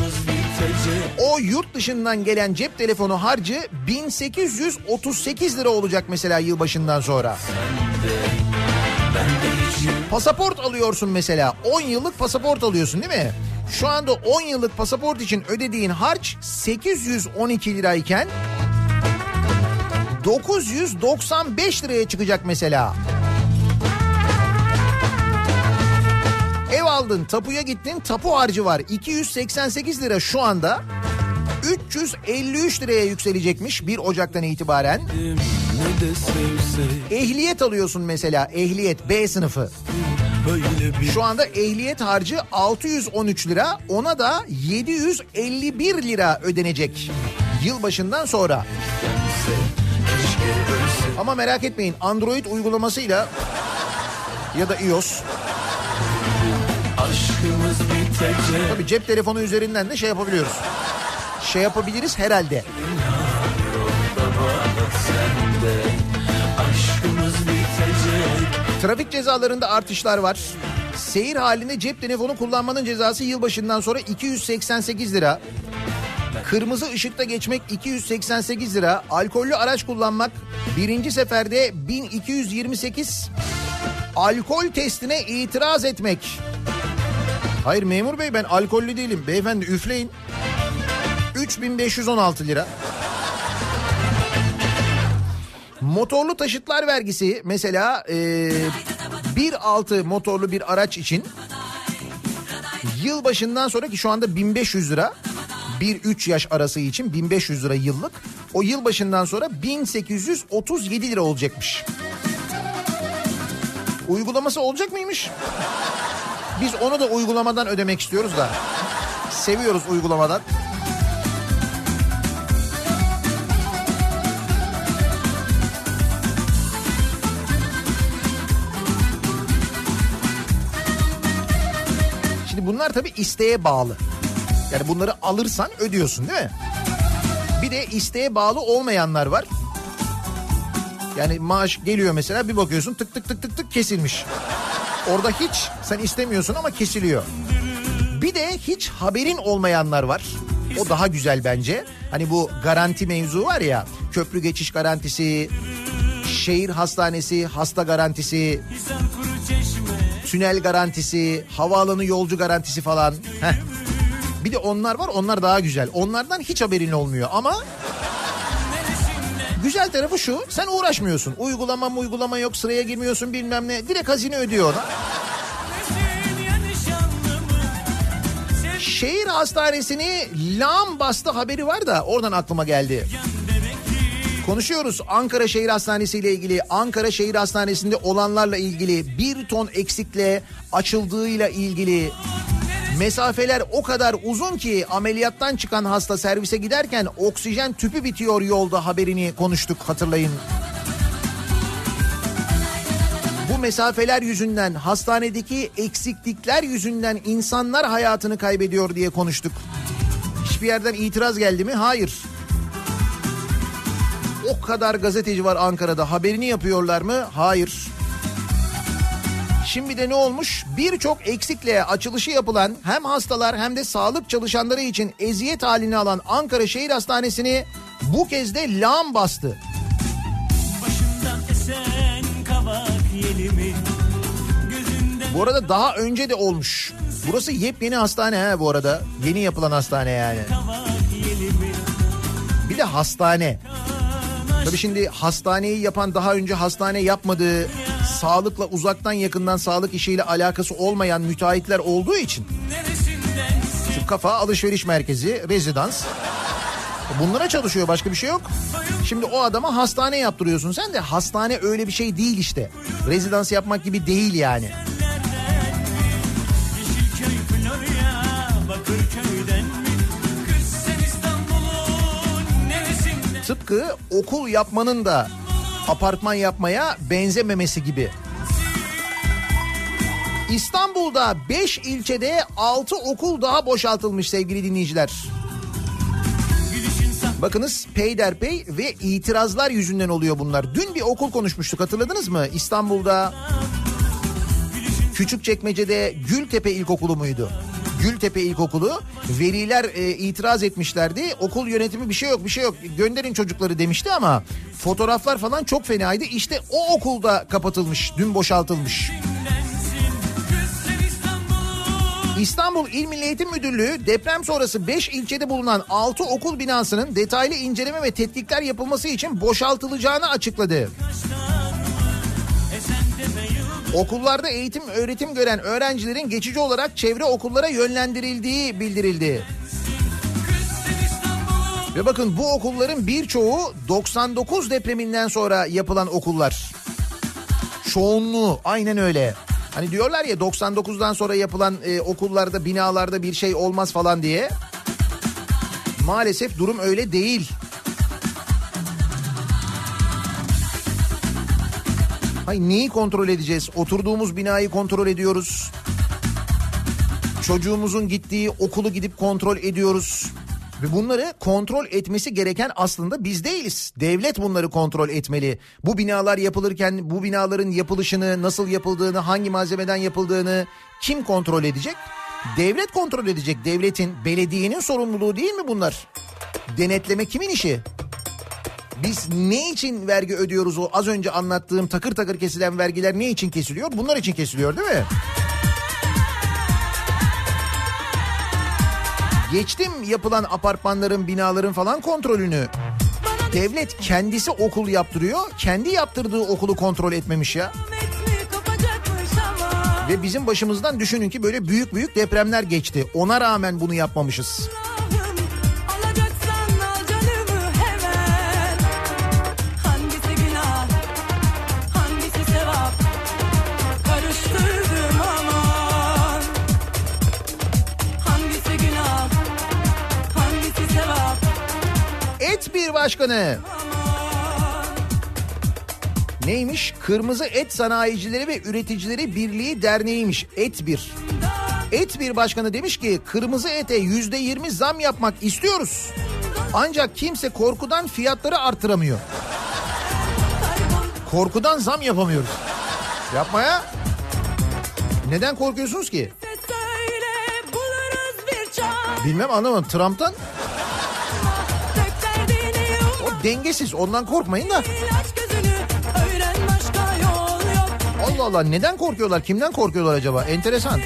O yurt dışından gelen cep telefonu harcı bin sekiz yüz otuz sekiz lira olacak mesela yılbaşından sonra. Pasaport alıyorsun mesela, on yıllık pasaport alıyorsun değil mi? Şu anda on yıllık pasaport için ödediğin harç sekiz yüz on iki lirayken dokuz yüz doksan beş liraya çıkacak mesela. Ev aldın, tapuya gittin, tapu harcı var iki yüz seksen sekiz lira şu anda. üç yüz elli üç liraya yükselecekmiş bir Ocak'tan itibaren. Ehliyet alıyorsun mesela, ehliyet B sınıfı. Şu anda ehliyet harcı altı yüz on üç lira, ona da yedi yüz elli bir lira ödenecek yılbaşından sonra. Ama merak etmeyin, Android uygulamasıyla ya da iOS. Tabii cep telefonu üzerinden de şey yapabiliyoruz. Şey yapabiliriz herhalde. Trafik cezalarında artışlar var. Seyir halinde cep telefonu kullanmanın cezası yılbaşından sonra iki yüz seksen sekiz lira. Kırmızı ışıkta geçmek iki yüz seksen sekiz lira. Alkollü araç kullanmak birinci seferde bin iki yüz yirmi sekiz. Alkol testine itiraz etmek. Hayır memur bey, ben alkollü değilim. Beyefendi üfleyin. üç bin beş yüz on altı lira. Motorlu taşıtlar vergisi mesela e, bir nokta altı motorlu bir araç için yılbaşından sonraki şu anda bin beş yüz lira. bir üç yaş arası için bin beş yüz lira yıllık. O yılbaşından sonra bin sekiz yüz otuz yedi lira olacakmış. Uygulaması olacak mıymış? Biz onu da uygulamadan ödemek istiyoruz da. Seviyoruz uygulamadan. Şimdi bunlar tabii isteğe bağlı. Yani bunları alırsan ödüyorsun değil mi? Bir de isteğe bağlı olmayanlar var. Yani maaş geliyor mesela, bir bakıyorsun tık tık tık tık tık kesilmiş. Orada hiç sen istemiyorsun ama kesiliyor. Bir de hiç haberin olmayanlar var. O daha güzel bence. Hani bu garanti mevzu var ya, köprü geçiş garantisi, şehir hastanesi hasta garantisi, tünel garantisi, havaalanı yolcu garantisi falan. Heh. Bir de onlar var, onlar daha güzel. Onlardan hiç haberin olmuyor ama güzel tarafı şu, sen uğraşmıyorsun. Uygulama mı uygulama yok, sıraya girmiyorsun bilmem ne. Direkt hazine ödüyor ona. Şehir hastanesini lağım bastı haberi var da oradan aklıma geldi. Konuşuyoruz Ankara Şehir Hastanesi ile ilgili, Ankara Şehir Hastanesi'nde olanlarla ilgili, bir ton eksikle açıldığıyla ilgili. Mesafeler o kadar uzun ki ameliyattan çıkan hasta servise giderken oksijen tüpü bitiyor yolda haberini konuştuk, hatırlayın. Bu mesafeler yüzünden, hastanedeki eksiklikler yüzünden insanlar hayatını kaybediyor diye konuştuk. Hiçbir yerden itiraz geldi mi? Hayır. O kadar gazeteci var Ankara'da, haberini yapıyorlar mı? Hayır. Şimdi de ne olmuş? Birçok eksikle açılışı yapılan hem hastalar hem de sağlık çalışanları için eziyet halini alan Ankara Şehir Hastanesi'ni bu kez de lağım bastı. Bu arada daha önce de olmuş. Burası yepyeni hastane ha bu arada. Yeni yapılan hastane yani. Bir de hastane. Tabii şimdi hastaneyi yapan daha önce hastane yapmadığı, sağlıkla uzaktan yakından sağlık işiyle alakası olmayan müteahhitler olduğu için. Şu kafa alışveriş merkezi, rezidans. Bunlara çalışıyor, başka bir şey yok. Şimdi o adama hastane yaptırıyorsun sen de, hastane öyle bir şey değil işte. Rezidans yapmak gibi değil yani. Tıpkı okul yapmanın da apartman yapmaya benzememesi gibi. İstanbul'da beş ilçede altı okul daha boşaltılmış sevgili dinleyiciler. Bakınız peyderpey ve itirazlar yüzünden oluyor bunlar. Dün bir okul konuşmuştuk, hatırladınız mı? İstanbul'da Küçükçekmece'de Gültepe İlkokulu muydu? Gültepe İlkokulu, veliler e, itiraz etmişlerdi. Okul yönetimi bir şey yok bir şey yok gönderin çocukları demişti ama fotoğraflar falan çok fenaydı. İşte o okulda kapatılmış, dün boşaltılmış. İstanbul İl Milli Eğitim Müdürlüğü deprem sonrası beş ilçede bulunan altı okul binasının detaylı inceleme ve tetkikler yapılması için boşaltılacağını açıkladı. Okullarda eğitim öğretim gören öğrencilerin geçici olarak çevre okullara yönlendirildiği bildirildi. Ve bakın bu okulların birçoğu doksan dokuz depreminden sonra yapılan okullar. Çoğunluğu aynen öyle. Hani diyorlar ya doksan dokuzdan sonra yapılan e, okullarda, binalarda bir şey olmaz falan diye. Maalesef durum öyle değil. Hayır, neyi kontrol edeceğiz? Oturduğumuz binayı kontrol ediyoruz. Çocuğumuzun gittiği okulu gidip kontrol ediyoruz. Ve bunları kontrol etmesi gereken aslında biz değiliz. Devlet bunları kontrol etmeli. Bu binalar yapılırken bu binaların yapılışını, nasıl yapıldığını, hangi malzemeden yapıldığını kim kontrol edecek? Devlet kontrol edecek. Devletin, belediyenin sorumluluğu değil mi bunlar? Denetleme kimin işi? Biz ne için vergi ödüyoruz? O az önce anlattığım takır takır kesilen vergiler ne için kesiliyor? Bunlar için kesiliyor değil mi? Geçtim yapılan apartmanların, binaların falan kontrolünü. Devlet kendisi okul yaptırıyor. Kendi yaptırdığı okulu kontrol etmemiş ya. Ve bizim başımızdan düşünün ki böyle büyük büyük depremler geçti. Ona rağmen bunu yapmamışız. Başkanı. Neymiş? Kırmızı Et Sanayicileri ve Üreticileri Birliği Derneği'ymiş. Et bir. Et bir başkanı demiş ki kırmızı ete yüzde yirmi zam yapmak istiyoruz. Ancak kimse korkudan fiyatları artıramıyor. Korkudan zam yapamıyoruz. Yapma ya. Neden korkuyorsunuz ki? Bilmem, anlamadım. Trump'tan. O dengesiz, ondan korkmayın da. Allah Allah, neden korkuyorlar? Kimden korkuyorlar acaba? Enteresan.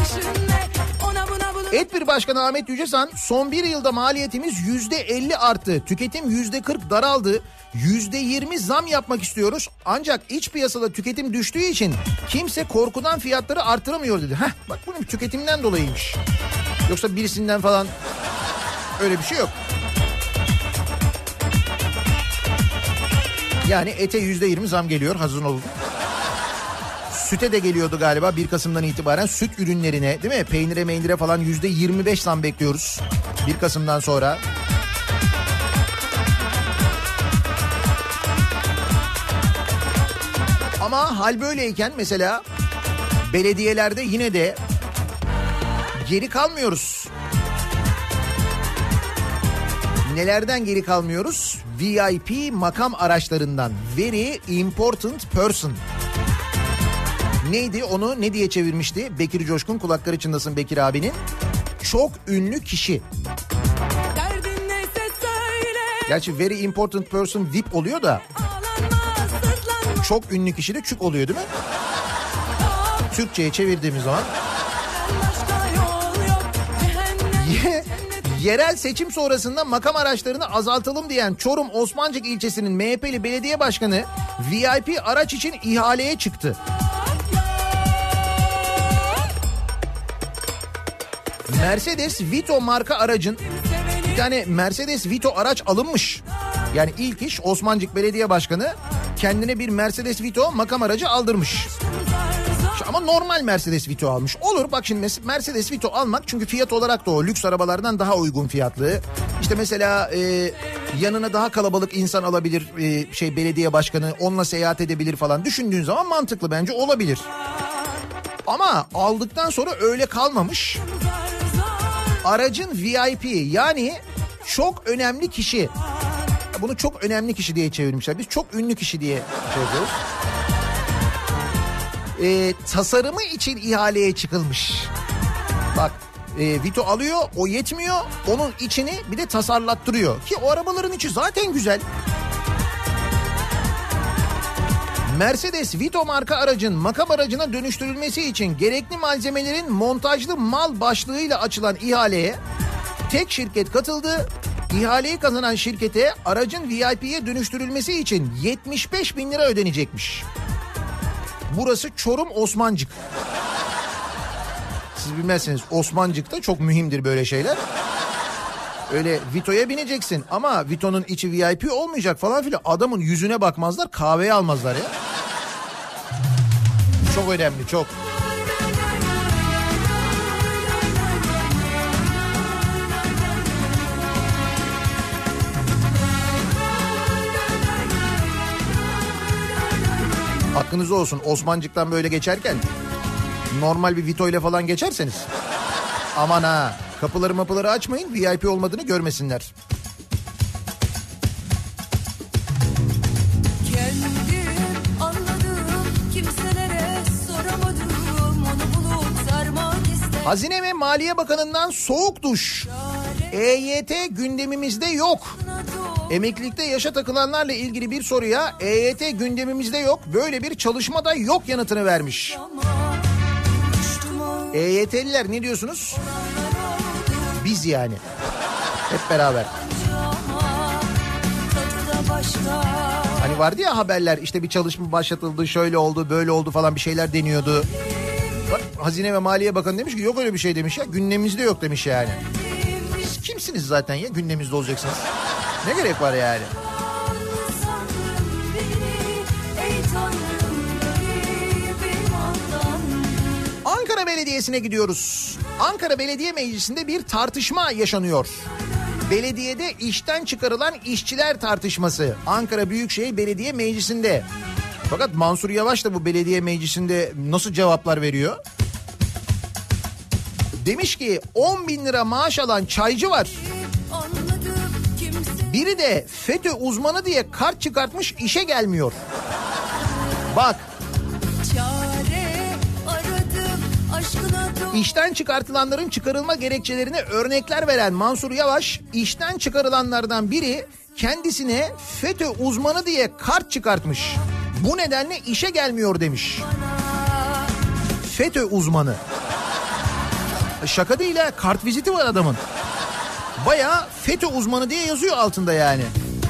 Et bir Başkanı Ahmet Yücesan, son bir yılda maliyetimiz yüzde elli arttı. Tüketim yüzde kırk daraldı. yüzde yirmi zam yapmak istiyoruz. Ancak iç piyasada tüketim düştüğü için kimse korkudan fiyatları artıramıyor dedi. Heh, bak bunun tüketimden dolayıymış. Yoksa birisinden falan öyle bir şey yok. Yani ete yüzde yirmi zam geliyor, hazır olun. Süte de geliyordu galiba bir Kasım'dan itibaren süt ürünlerine, değil mi? Peynire meynire falan yüzde yirmi beş zam bekliyoruz bir Kasım'dan sonra. Ama hal böyleyken mesela belediyelerde yine de geri kalmıyoruz. Nelerden geri kalmıyoruz? V I P makam araçlarından. Very important person. Neydi, onu ne diye çevirmişti Bekir Coşkun? Kulakları çınlasın Bekir abinin. Çok ünlü kişi. Gerçi very important person V I P oluyor da çok ünlü kişi de çük oluyor değil mi? Türkçe'ye çevirdiğimiz zaman. Yerel seçim sonrasında makam araçlarını azaltalım diyen Çorum Osmancık ilçesinin M H P'li belediye başkanı V I P araç için ihaleye çıktı. Mercedes Vito marka aracın, bir tane Mercedes Vito araç alınmış. Yani ilk iş Osmancık Belediye Başkanı kendine bir Mercedes Vito makam aracı aldırmış. Ama normal Mercedes Vito almış. Olur bak, şimdi Mercedes Vito almak çünkü fiyat olarak da o lüks arabalardan daha uygun fiyatlı. İşte mesela e, yanına daha kalabalık insan alabilir e, şey belediye başkanı, onunla seyahat edebilir falan. Düşündüğün zaman mantıklı, bence olabilir. Ama aldıktan sonra öyle kalmamış. Aracın V I P, yani çok önemli kişi. Bunu çok önemli kişi diye çevirmişler. Biz çok ünlü kişi diye şey yapıyoruz. Ee, tasarımı için ihaleye çıkılmış. Bak e, Vito alıyor, o yetmiyor. Onun içini bir de tasarlattırıyor. Ki o arabaların içi zaten güzel. Mercedes Vito marka aracın makam aracına dönüştürülmesi için gerekli malzemelerin montajlı mal başlığıyla açılan ihaleye tek şirket katıldı. İhaleyi kazanan şirkete aracın V I P'ye dönüştürülmesi için yetmiş beş bin lira ödenecekmiş. Burası Çorum Osmancık. Siz bilmezseniz Osmancık'ta çok mühimdir böyle şeyler. Öyle Vito'ya bineceksin ama Vito'nun içi V I P olmayacak falan filan. Adamın yüzüne bakmazlar, kahveye almazlar ya. Çok önemli, çok. Aklınızda olsun, Osmancık'tan böyle geçerken normal bir Vito ile falan geçerseniz aman ha, kapıları mapıları açmayın, V I P olmadığını görmesinler. Kendim anladım, kimselere soramadım, onu bulup sarmak istedim. Hazine ve Maliye Bakanı'ndan soğuk duş. E Y T gündemimizde yok. Emeklilikte yaşa takılanlarla ilgili bir soruya E Y T gündemimizde yok, böyle bir çalışma da yok yanıtını vermiş. E Y T'liler ne diyorsunuz? Biz yani. Hep beraber. Hani vardı ya haberler, işte bir çalışma başlatıldı, şöyle oldu, böyle oldu falan, bir şeyler deniyordu. Bak Hazine ve Maliye Bakanı demiş ki yok öyle bir şey demiş ya, gündemimizde yok demiş yani. Siz kimsiniz zaten ya, gündemimizde olacaksınız? Ne gerek var yani? Ankara Belediyesi'ne gidiyoruz. Ankara Belediye Meclisi'nde bir tartışma yaşanıyor. Belediyede işten çıkarılan işçiler tartışması. Ankara Büyükşehir Belediye Meclisi'nde. Fakat Mansur Yavaş da bu belediye meclisinde nasıl cevaplar veriyor? Demiş ki on bin lira maaş alan çaycı var. Biri de FETÖ uzmanı diye kart çıkartmış, işe gelmiyor. Bak. İşten çıkartılanların çıkarılma gerekçelerine örnekler veren Mansur Yavaş, işten çıkarılanlardan biri kendisine FETÖ uzmanı diye kart çıkartmış. Bu nedenle işe gelmiyor demiş. FETÖ uzmanı. Şaka değil ha, kart viziti var adamın. Bayağı FETÖ uzmanı diye yazıyor altında yani.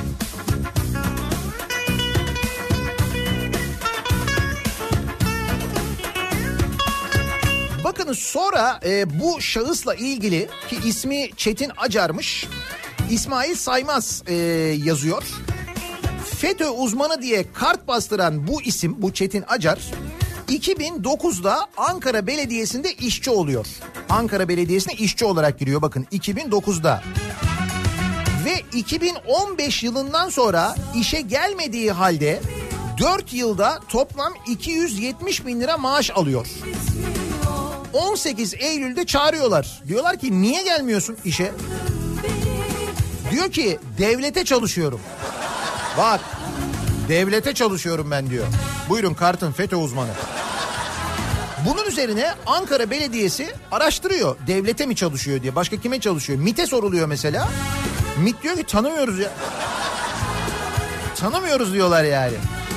Bakın sonra e, bu şahısla ilgili, ki ismi Çetin Acar'mış, İsmail Saymaz e, yazıyor. FETÖ uzmanı diye kart bastıran bu isim, bu Çetin Acar, iki bin dokuzda Ankara Belediyesi'nde işçi oluyor. Ankara Belediyesi'ne işçi olarak giriyor bakın iki bin dokuzda. Ve iki bin on beş yılından sonra işe gelmediği halde dört yılda toplam iki yüz yetmiş bin lira maaş alıyor. on sekiz Eylül'de çağırıyorlar. Diyorlar ki niye gelmiyorsun işe? Diyor ki devlete çalışıyorum. Bak, devlete çalışıyorum ben diyor. Buyurun kartın, FETÖ uzmanı. Bunun üzerine Ankara Belediyesi araştırıyor. Devlete mi çalışıyor diye. Başka kime çalışıyor? MİT'e soruluyor mesela. MİT diyor ki tanımıyoruz ya. Tanımıyoruz diyorlar yani.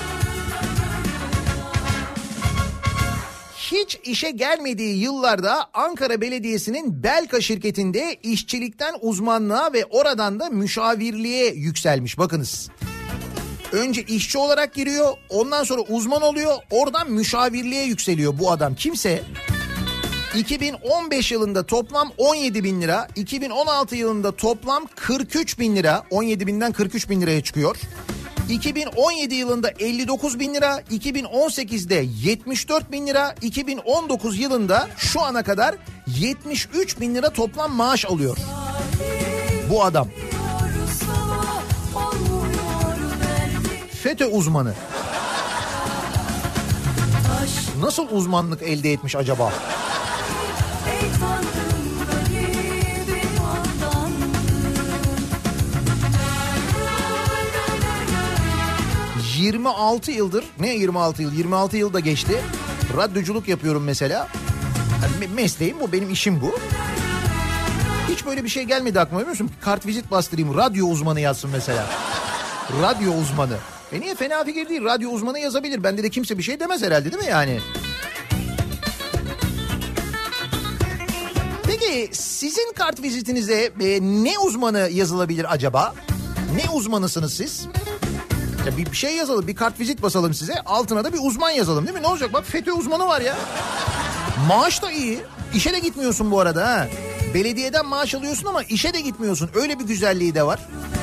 Hiç işe gelmediği yıllarda Ankara Belediyesi'nin Belka şirketinde işçilikten uzmanlığa ve oradan da müşavirliğe yükselmiş. Bakınız. Önce işçi olarak giriyor, ondan sonra uzman oluyor, oradan müşavirliğe yükseliyor bu adam. Kimse iki bin on beş yılında toplam on yedi bin lira, iki bin on altı yılında toplam kırk üç bin lira, on yedi binden kırk üç bin liraya çıkıyor. iki bin on yedi yılında elli dokuz bin lira, iki bin on sekizde yetmiş dört bin lira, iki bin on dokuz yılında şu ana kadar yetmiş üç bin lira toplam maaş alıyor bu adam. FETÖ uzmanı. Nasıl uzmanlık elde etmiş acaba? yirmi altı yıldır, ne yirmi altı yıl, yirmi altı yıl da geçti. Radyoculuk yapıyorum mesela. Yani mesleğim bu, benim işim bu. Hiç böyle bir şey gelmedi aklıma, biliyor musun? Kart vizit bastırayım, radyo uzmanı yazsın mesela. Radyo uzmanı. E niye, fena fikir değil, radyo uzmanı yazabilir. Bende de kimse bir şey demez herhalde, değil mi yani? Peki sizin kart vizitinize e, ne uzmanı yazılabilir acaba? Ne uzmanısınız siz? Ya bir, bir şey yazalım, bir kart vizit basalım size, altına da bir uzman yazalım, değil mi? Ne olacak, bak FETÖ uzmanı var ya. Maaş da iyi, işe de gitmiyorsun bu arada ha. Belediyeden maaş alıyorsun ama işe de gitmiyorsun, öyle bir güzelliği de var.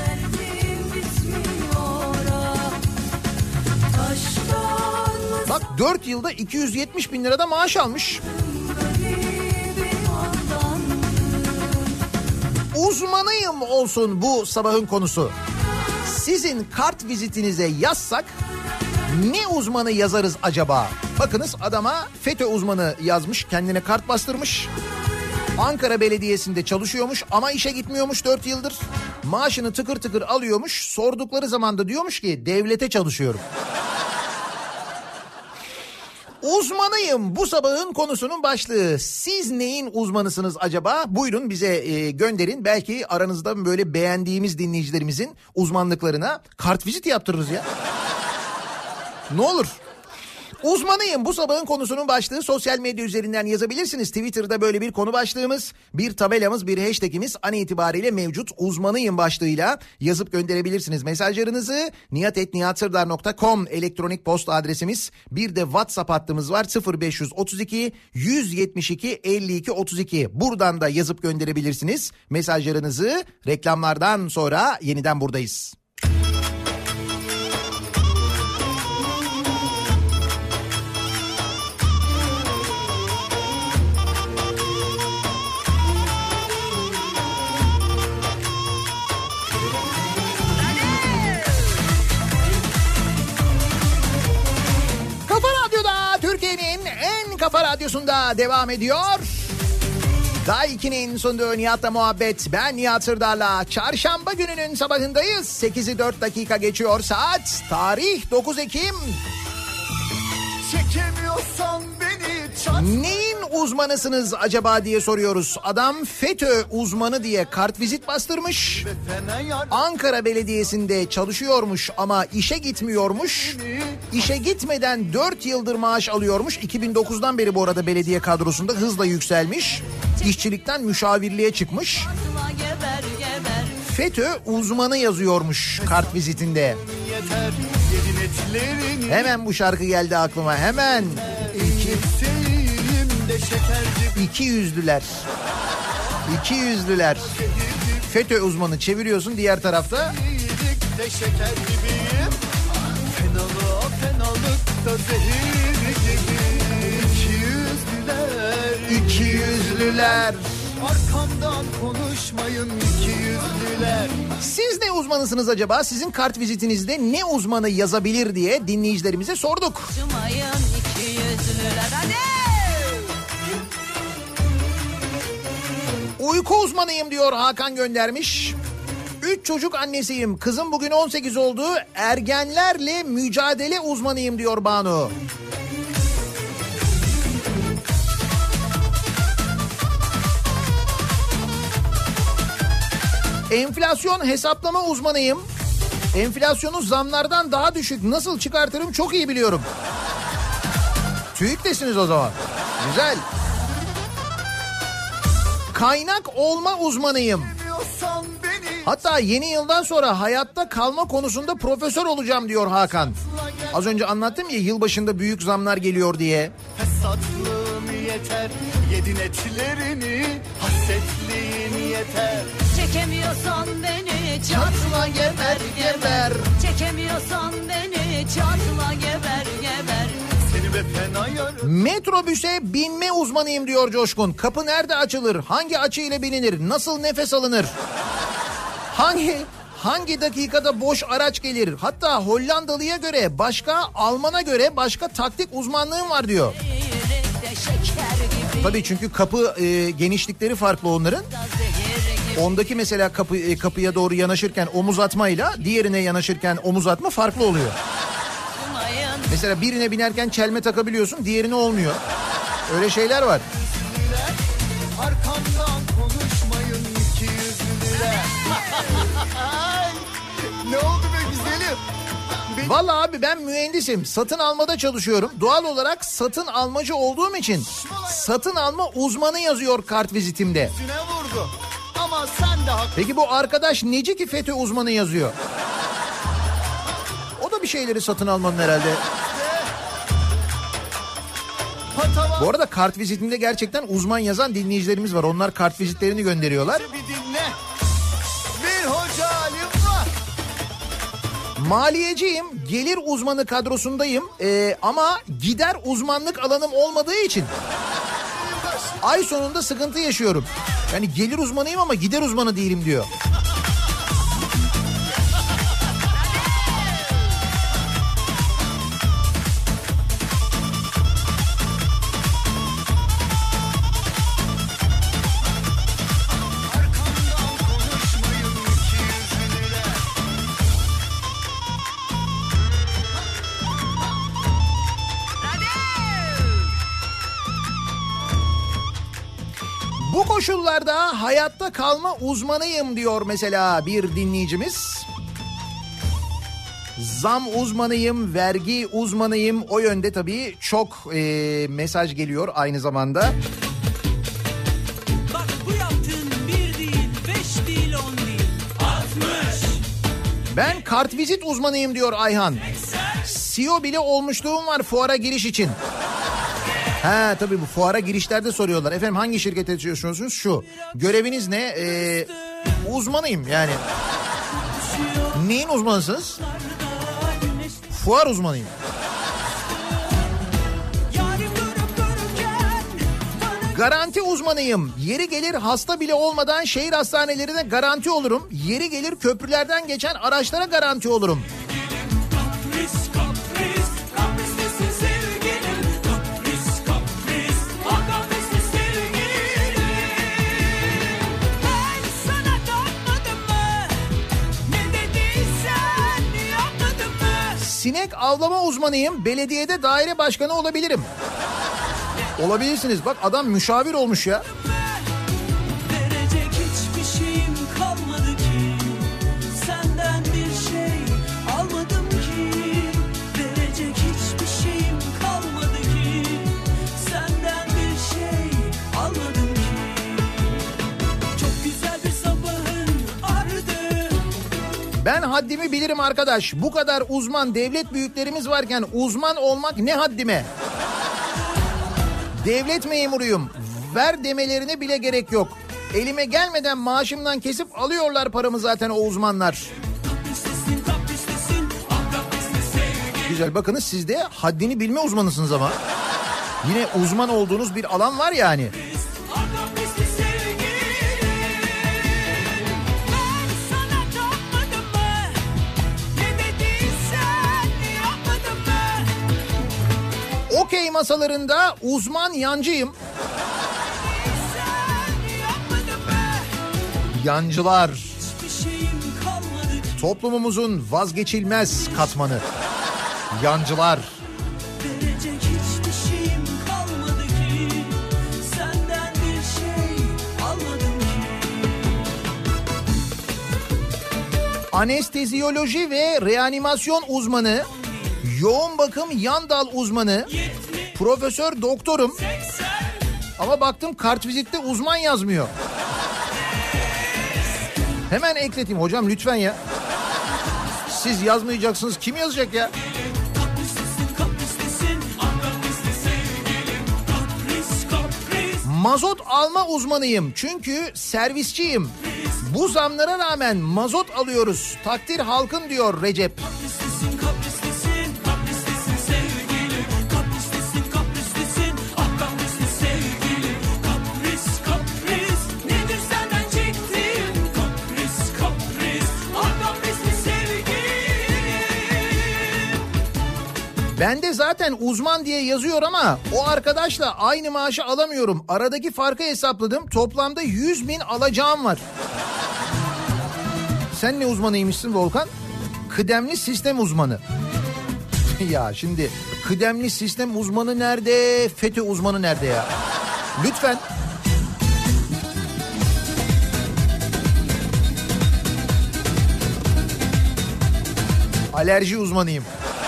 Bak dört yılda iki yüz yetmiş bin lirada maaş almış. Uzmanıyım olsun bu sabahın konusu. Sizin kart vizitinize yazsak ne uzmanı yazarız acaba? Bakınız, adama FETÖ uzmanı yazmış, kendine kart bastırmış. Ankara Belediyesi'nde çalışıyormuş ama işe gitmiyormuş dört yıldır. Maaşını tıkır tıkır alıyormuş. Sordukları zaman da diyormuş ki devlete çalışıyorum. Uzmanıyım bu sabahın konusunun başlığı. Siz neyin uzmanısınız acaba? Buyurun bize e, gönderin. Belki aranızda böyle beğendiğimiz dinleyicilerimizin uzmanlıklarına kart vizit yaptırırız ya. Ne olur. Uzmanıyım bu sabahın konusunun başlığı. Sosyal medya üzerinden yazabilirsiniz. Twitter'da böyle bir konu başlığımız, bir tabelamız, bir hashtagimiz an itibariyle mevcut. Uzmanıyım başlığıyla yazıp gönderebilirsiniz mesajlarınızı. nihat et nihat sırdar nokta com elektronik posta adresimiz. Bir de WhatsApp hattımız var, sıfır beş otuz iki yüz yetmiş iki elli iki otuz iki. Buradan da yazıp gönderebilirsiniz mesajlarınızı. Reklamlardan sonra yeniden buradayız. Kafa Radyosu'nda devam ediyor. Day iki'nin sunduğu Nihat'la muhabbet. Ben Nihat Sırdar'la. Çarşamba gününün sabahındayız. sekizi dört dakika geçiyor saat. Tarih dokuz Ekim. Çekemiyorsan beni çat. Neyin uzmanısınız acaba diye soruyoruz. Adam FETÖ uzmanı diye kartvizit bastırmış. Ankara Belediyesi'nde çalışıyormuş ama işe gitmiyormuş. İşe gitmeden dört yıldır maaş alıyormuş. iki bin dokuzdan beri bu arada belediye kadrosunda hızla yükselmiş. İşçilikten müşavirliğe çıkmış. FETÖ uzmanı yazıyormuş kartvizitinde. Hemen bu şarkı geldi aklıma, hemen. İki yüzlüler. İki yüzlüler. FETÖ uzmanı çeviriyorsun diğer tarafta. Şeker gibiyim. Fenalı fenalıkta zehir gibi. İki yüzlüler. İki yüzlüler. Arkamdan konuşmayın iki yüzlüler. Siz ne uzmanısınız acaba? Sizin kartvizitinizde ne uzmanı yazabilir diye dinleyicilerimize sorduk. iki yüzlüler hadi. Uyku uzmanıyım diyor Hakan göndermiş. Üç çocuk annesiyim. Kızım bugün on sekiz oldu. Ergenlerle mücadele uzmanıyım diyor Banu. Enflasyon hesaplama uzmanıyım. Enflasyonu zamlardan daha düşük nasıl çıkartırım çok iyi biliyorum. TÜİK'tesiniz o zaman. Güzel. Kaynak olma uzmanıyım. Hatta yeni yıldan sonra hayatta kalma konusunda profesör olacağım diyor Hakan. Az önce anlattım ya, yılbaşında büyük zamlar geliyor diye. Fesatlığım yeter, yedin etlerini, hasretliğin yeter. Çekemiyorsan beni çatla geber geber. Çekemiyorsan beni çatla geber geber. Seni be fena yarım. Metrobüse binme uzmanıyım diyor Coşkun. Kapı nerede açılır? Hangi açı ile binilir? Nasıl nefes alınır? Hangi hangi dakikada boş araç gelir? Hatta Hollandalı'ya göre başka, Alman'a göre başka taktik uzmanlığım var diyor. Tabii çünkü kapı e, genişlikleri farklı onların. Ondaki mesela kapı e, kapıya doğru yanaşırken omuz atmayla diğerine yanaşırken omuz atma farklı oluyor. Mesela birine binerken çelme takabiliyorsun, diğerine olmuyor. Öyle şeyler var. Arkamdan konuşmayın iki yüzlüler. Ne oldu be güzelim? Benim... Vallahi abi ben mühendisim. Satın almada çalışıyorum. Doğal olarak satın almacı olduğum için satın alma uzmanı yazıyor kartvizitimde. Yüzüne vurdu. Ama sen de haklı. Peki bu arkadaş neci ki FETÖ uzmanı yazıyor? O da bir şeyleri satın almanın herhalde. Bu arada kartvizitimde gerçekten uzman yazan dinleyicilerimiz var. Onlar kartvizitlerini gönderiyorlar. Bir dinle. Bir hoca halim var. Maliyeciyim, gelir uzmanı kadrosundayım ee, ama gider uzmanlık alanım olmadığı için ay sonunda sıkıntı yaşıyorum. Yani gelir uzmanıyım ama gider uzmanı değilim diyor. Bu koşullarda hayatta kalma uzmanıyım diyor mesela bir dinleyicimiz. Zam uzmanıyım, vergi uzmanıyım, o yönde tabii çok e, mesaj geliyor aynı zamanda. Bak bu yaptığın bir değil, beş değil, on değil. Altmış. Ben kartvizit uzmanıyım diyor Ayhan. C E O bile olmuşluğum var fuara giriş için. Ha tabii bu fuara girişlerde soruyorlar. Efendim hangi şirkete çalışıyorsunuz? Şu. Göreviniz ne? Ee, uzmanıyım yani. Neyin uzmanısınız? Fuar uzmanıyım. Garanti uzmanıyım. Yeri gelir hasta bile olmadan şehir hastanelerine garanti olurum. Yeri gelir köprülerden geçen araçlara garanti olurum. Kapris, kapris, kaprislisin sevgilim. Kapris, kapris, Sinek avlama uzmanıyım. Belediyede daire başkanı olabilirim. Olabilirsiniz. Bak adam müşavir olmuş ya. Verecek hiçbir şeyim kalmadı ki. Senden bir şey almadım ki. Verecek hiçbir şeyim kalmadı ki. Senden bir şey almadım ki. Çok güzel bir sabahın ardı. Ben haddimi bilirim arkadaş. Bu kadar uzman devlet büyüklerimiz varken uzman olmak ne haddime? Devlet memuruyum. Ver demelerine bile gerek yok. Elime gelmeden maaşımdan kesip alıyorlar paramı zaten o uzmanlar. Güzel, bakınız siz de haddini bilme uzmanısınız ama. Yine uzman olduğunuz bir alan var yani. Okey masalarında uzman yancıyım. Yancılar. Toplumumuzun vazgeçilmez katmanı. Yancılar. Verecek hiçbir şeyim kalmadı ki. Senden bir şey almadım ki. Anesteziyoloji ve reanimasyon uzmanı. Yoğun bakım yan dal uzmanı. Profesör doktorum. Ama baktım kartvizitte uzman yazmıyor. Hemen ekleteyim hocam lütfen ya. Siz yazmayacaksınız, kim yazacak ya? Mazot alma uzmanıyım çünkü servisçiyim. Bu zamlara rağmen mazot alıyoruz. Takdir halkın diyor Recep. Ben de zaten uzman diye yazıyor ama o arkadaşla aynı maaşı alamıyorum. Aradaki farkı hesapladım. Toplamda yüz bin alacağım var. Sen ne uzmanıymışsın Volkan? Kıdemli sistem uzmanı. Ya şimdi kıdemli sistem uzmanı nerede? FETÖ uzmanı nerede ya? Lütfen. Alerji uzmanıyım.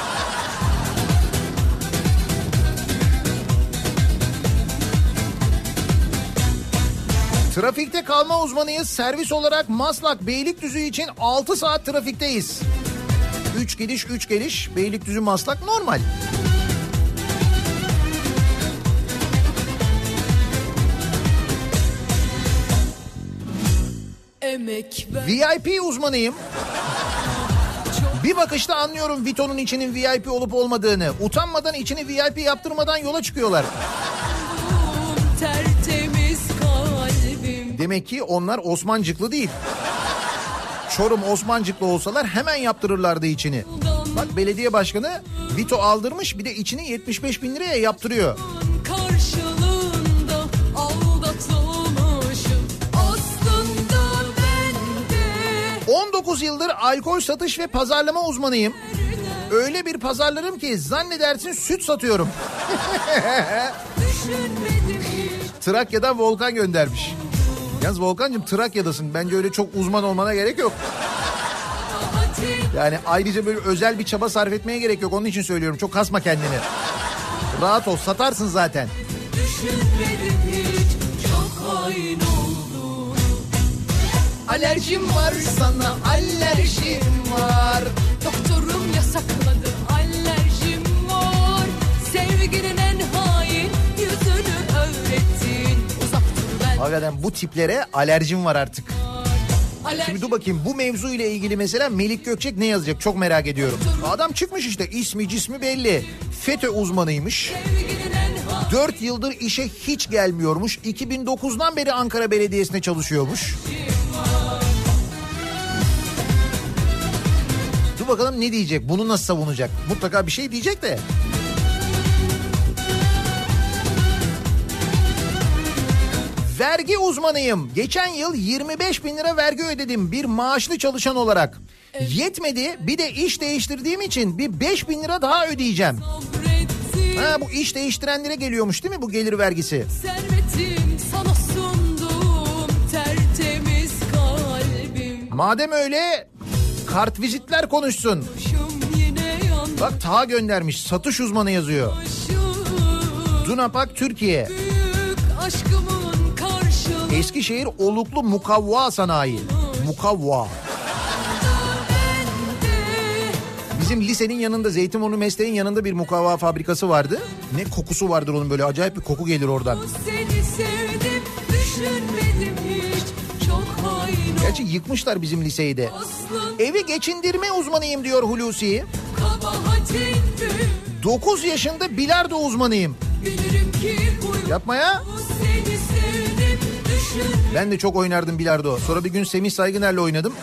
Trafikte kalma uzmanıyız. Servis olarak Maslak Beylikdüzü için altı saat trafikteyiz. üç gidiş üç geliş. Beylikdüzü Maslak normal. Emek ver. V I P uzmanıyım. Bir bakışta anlıyorum Vito'nun içinin V I P olup olmadığını. Utanmadan içini V I P yaptırmadan yola çıkıyorlar. Tertemiz kalbim. Demek ki onlar Osmancıklı değil. Çorum Osmancıklı olsalar hemen yaptırırlardı içini. Bak belediye başkanı Vito aldırmış, bir de içini yetmiş beş bin liraya yaptırıyor. Karşılığında aldatılmışım. Aslında ben de on dokuz yıldır alkol satış ve pazarlama uzmanıyım. Öyle bir pazarlarım ki zannedersin süt satıyorum. düşünmedim hiç. Trakya'dan Volkan göndermiş. Yalnız Volkan'cığım Trakya'dasın. Bence öyle çok uzman olmana gerek yok. Yani ayrıca böyle özel bir çaba sarf etmeye gerek yok. Onun için söylüyorum. Çok kasma kendini. Rahat ol. Satarsın zaten. Düşünmedim hiç. Çok hain oldum. Alerjim var sana, alerjim var. Doktorum yasakladı. Alerjim var. Sevginin en hain yüzünü öğrettin. Uzak dur ben. Hakikaten bu tiplere alerjim var artık. Alerjim. Şimdi dur bakayım bu mevzu ile ilgili mesela Melik Gökçek ne yazacak, çok merak ediyorum. Adam çıkmış işte, ismi cismi belli. FETÖ uzmanıymış. Sevginin en hain. dört yıldır işe hiç gelmiyormuş. iki bin dokuzdan beri Ankara Belediyesi'nde çalışıyormuş. Dur bakalım ne diyecek, bunu nasıl savunacak? Mutlaka bir şey diyecek de. Vergi uzmanıyım. Geçen yıl yirmi beş bin lira vergi ödedim bir maaşlı çalışan olarak. Yetmedi, bir de iş değiştirdiğim için bir beş bin lira daha ödeyeceğim. Ha, bu iş değiştirenlere geliyormuş değil mi bu gelir vergisi? Servetim sana sundum, tertemiz kalbim. Madem öyle kartvizitler konuşsun. Yine yandım. Bak Ta göndermiş, satış uzmanı yazıyor. Dunapak Türkiye. Büyük aşkımın karşılığı. Eskişehir Oluklu Mukavva Sanayi. Mukavva. Bizim lisenin yanında, Zeytinburnu Mesleğin yanında bir mukavva fabrikası vardı. Ne kokusu vardır onun, böyle acayip bir koku gelir oradan. Seni sevdim, düşünmedim hiç. Çok hain Gerçi yıkmışlar bizim liseyi de. olsun. Evi geçindirme uzmanıyım diyor Hulusi. Kabahatin büyük. dokuz yaşında bilardo uzmanıyım. Bilirim ki huyum. Yapma ya. Seni sevdim, düşün. Ben de çok oynardım bilardo. Sonra bir gün Semih Saygıner'le oynadım.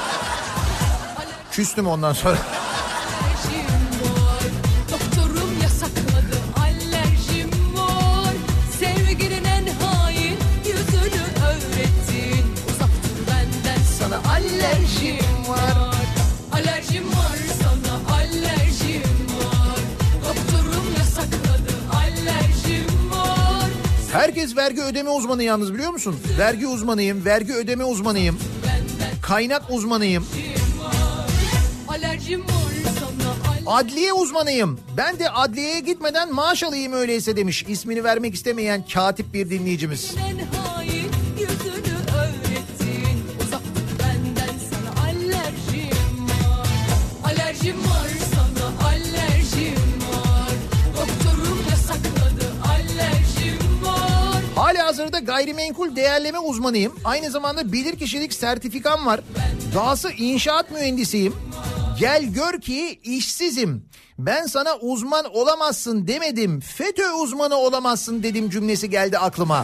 Küstüm ondan sonra. Alerjim var, doktorum yasakladı. Alerjim var, sevginin en hain yüzünü öğrettin. Uzak dur benden, sana alerjim var. Alerjim var sana, alerjim var. Doktorum yasakladı, alerjim var. Herkes vergi ödeme uzmanı yalnız, biliyor musun? Vergi uzmanıyım, vergi ödeme uzmanıyım. Kaynak uzmanıyım. Alerjim var sana, al- Adliye uzmanıyım. Ben de adliyeye gitmeden maaş alayım öyleyse demiş. İsmini vermek istemeyen katip bir dinleyicimiz. en hain yüzünü öğrettin. Uzak dur benden, sana alerjim var. Alerjim var sana, alerjim var. Doktorum yasakladı, alerjim var. Halihazırda gayrimenkul değerleme uzmanıyım. Aynı zamanda bilirkişilik sertifikam var. Dahası inşaat mühendisiyim. Gel gör ki işsizim. Ben sana uzman olamazsın demedim. FETÖ uzmanı olamazsın dedim cümlesi geldi aklıma.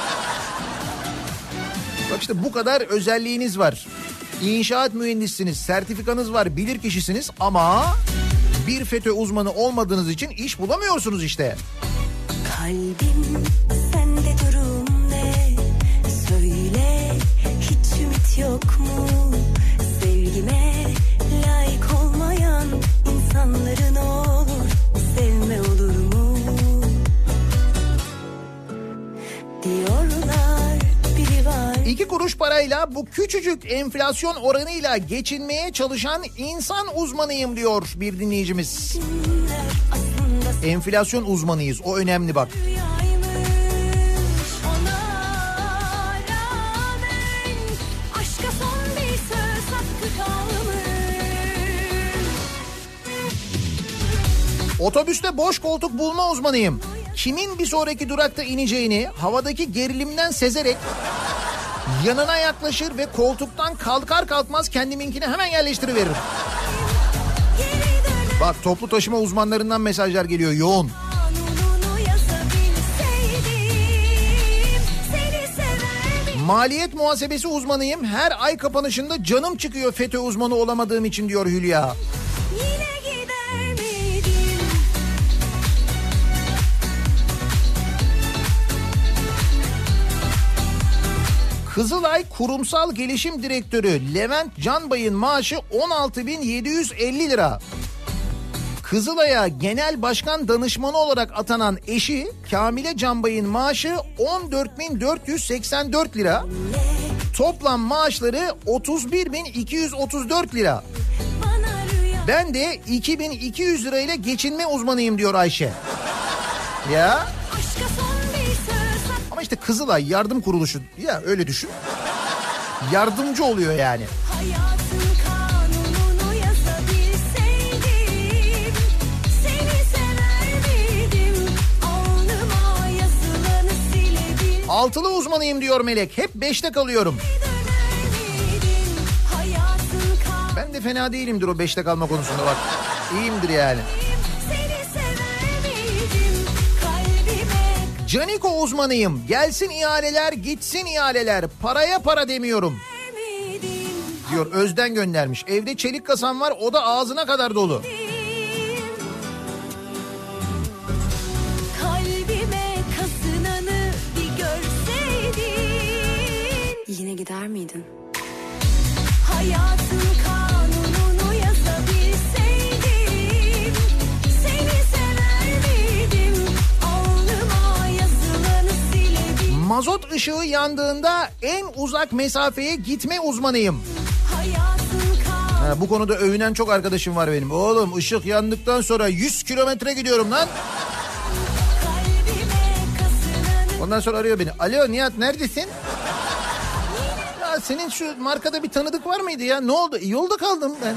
Bak işte bu kadar özelliğiniz var. İnşaat mühendisiniz, sertifikanız var, bilirkişisiniz ama bir FETÖ uzmanı olmadığınız için iş bulamıyorsunuz işte. Kalbim sende durum ne? Söyle, hiç ümit yok mu? Sevgime layık olmayan insanların olur, sevme olur mu? Diyorlar biri var. İki kuruş parayla bu küçücük enflasyon oranıyla geçinmeye çalışan insan uzmanıyım diyor bir dinleyicimiz. Aslında Enflasyon uzmanıyız, o önemli bak. rüyaymış. Ona rağmen aşka son bir söz hakkı kalmış. Otobüste boş koltuk bulma uzmanıyım. Kimin bir sonraki durakta ineceğini havadaki gerilimden sezerek yanına yaklaşır ve koltuktan kalkar kalkmaz kendiminkini hemen yerleştiriveririm. Bak toplu taşıma uzmanlarından mesajlar geliyor yoğun. Kanununu yazabilseydim, seni sever miyim? Maliyet muhasebesi uzmanıyım. Her ay kapanışında canım çıkıyor FETÖ uzmanı olamadığım için diyor Hülya. Yine gider miydim? Kızılay Kurumsal Gelişim Direktörü Levent Canbay'ın maaşı on altı bin yedi yüz elli lira. Kızılay'a genel başkan danışmanı olarak atanan eşi Kamile Canbay'ın maaşı on dört bin dört yüz seksen dört lira. Toplam maaşları otuz bir bin iki yüz otuz dört lira. Bana rüya Ben de iki bin iki yüz lirayla geçinme uzmanıyım diyor Ayşe. Ya aşka son bir söz hakkı. ama işte Kızılay yardım kuruluşu ya, öyle düşün. Yardımcı oluyor yani. Hayatın kanununu yazabilseydim, seni sever miydim? Alnıma yazılanı silebilseydim, Altılı uzmanıyım diyor Melek. Hep beşte kalıyorum. döner miydim? Hayatın kanununu Ben de fena değilimdir o beşte kalma konusunda bak. İyiyimdir yani. seni sever miydim? Kalbime Caniko uzmanıyım. Gelsin ihaleler, gitsin ihaleler. Paraya para demiyorum miydim? diyor. Özden göndermiş. Evde çelik kasam var, o da ağzına kadar dolu. Kalbime kazınanı bir görseydin, Mazot ışığı yandığında en uzak mesafeye gitme uzmanıyım. Hayatın kal. Ha, bu konuda övünen çok arkadaşım var benim. Oğlum ışık yandıktan sonra yüz kilometre gidiyorum lan. Kalbime kasılın. Ondan sonra arıyor beni. Alo Nihat neredesin? Ya senin şu markada bir tanıdık var mıydı ya? Ne oldu? E, yolda kaldım ben.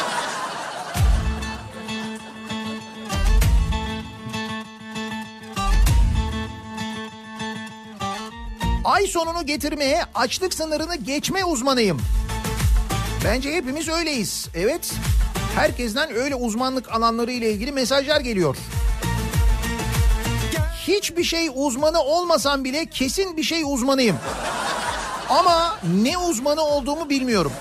Ay sonunu getirmeye, açlık sınırını geçme uzmanıyım. Bence hepimiz öyleyiz. Evet. Herkesten öyle uzmanlık alanları ile ilgili mesajlar geliyor. Hiçbir şey uzmanı olmasam bile kesin bir şey uzmanıyım. Ama ne uzmanı olduğumu bilmiyorum.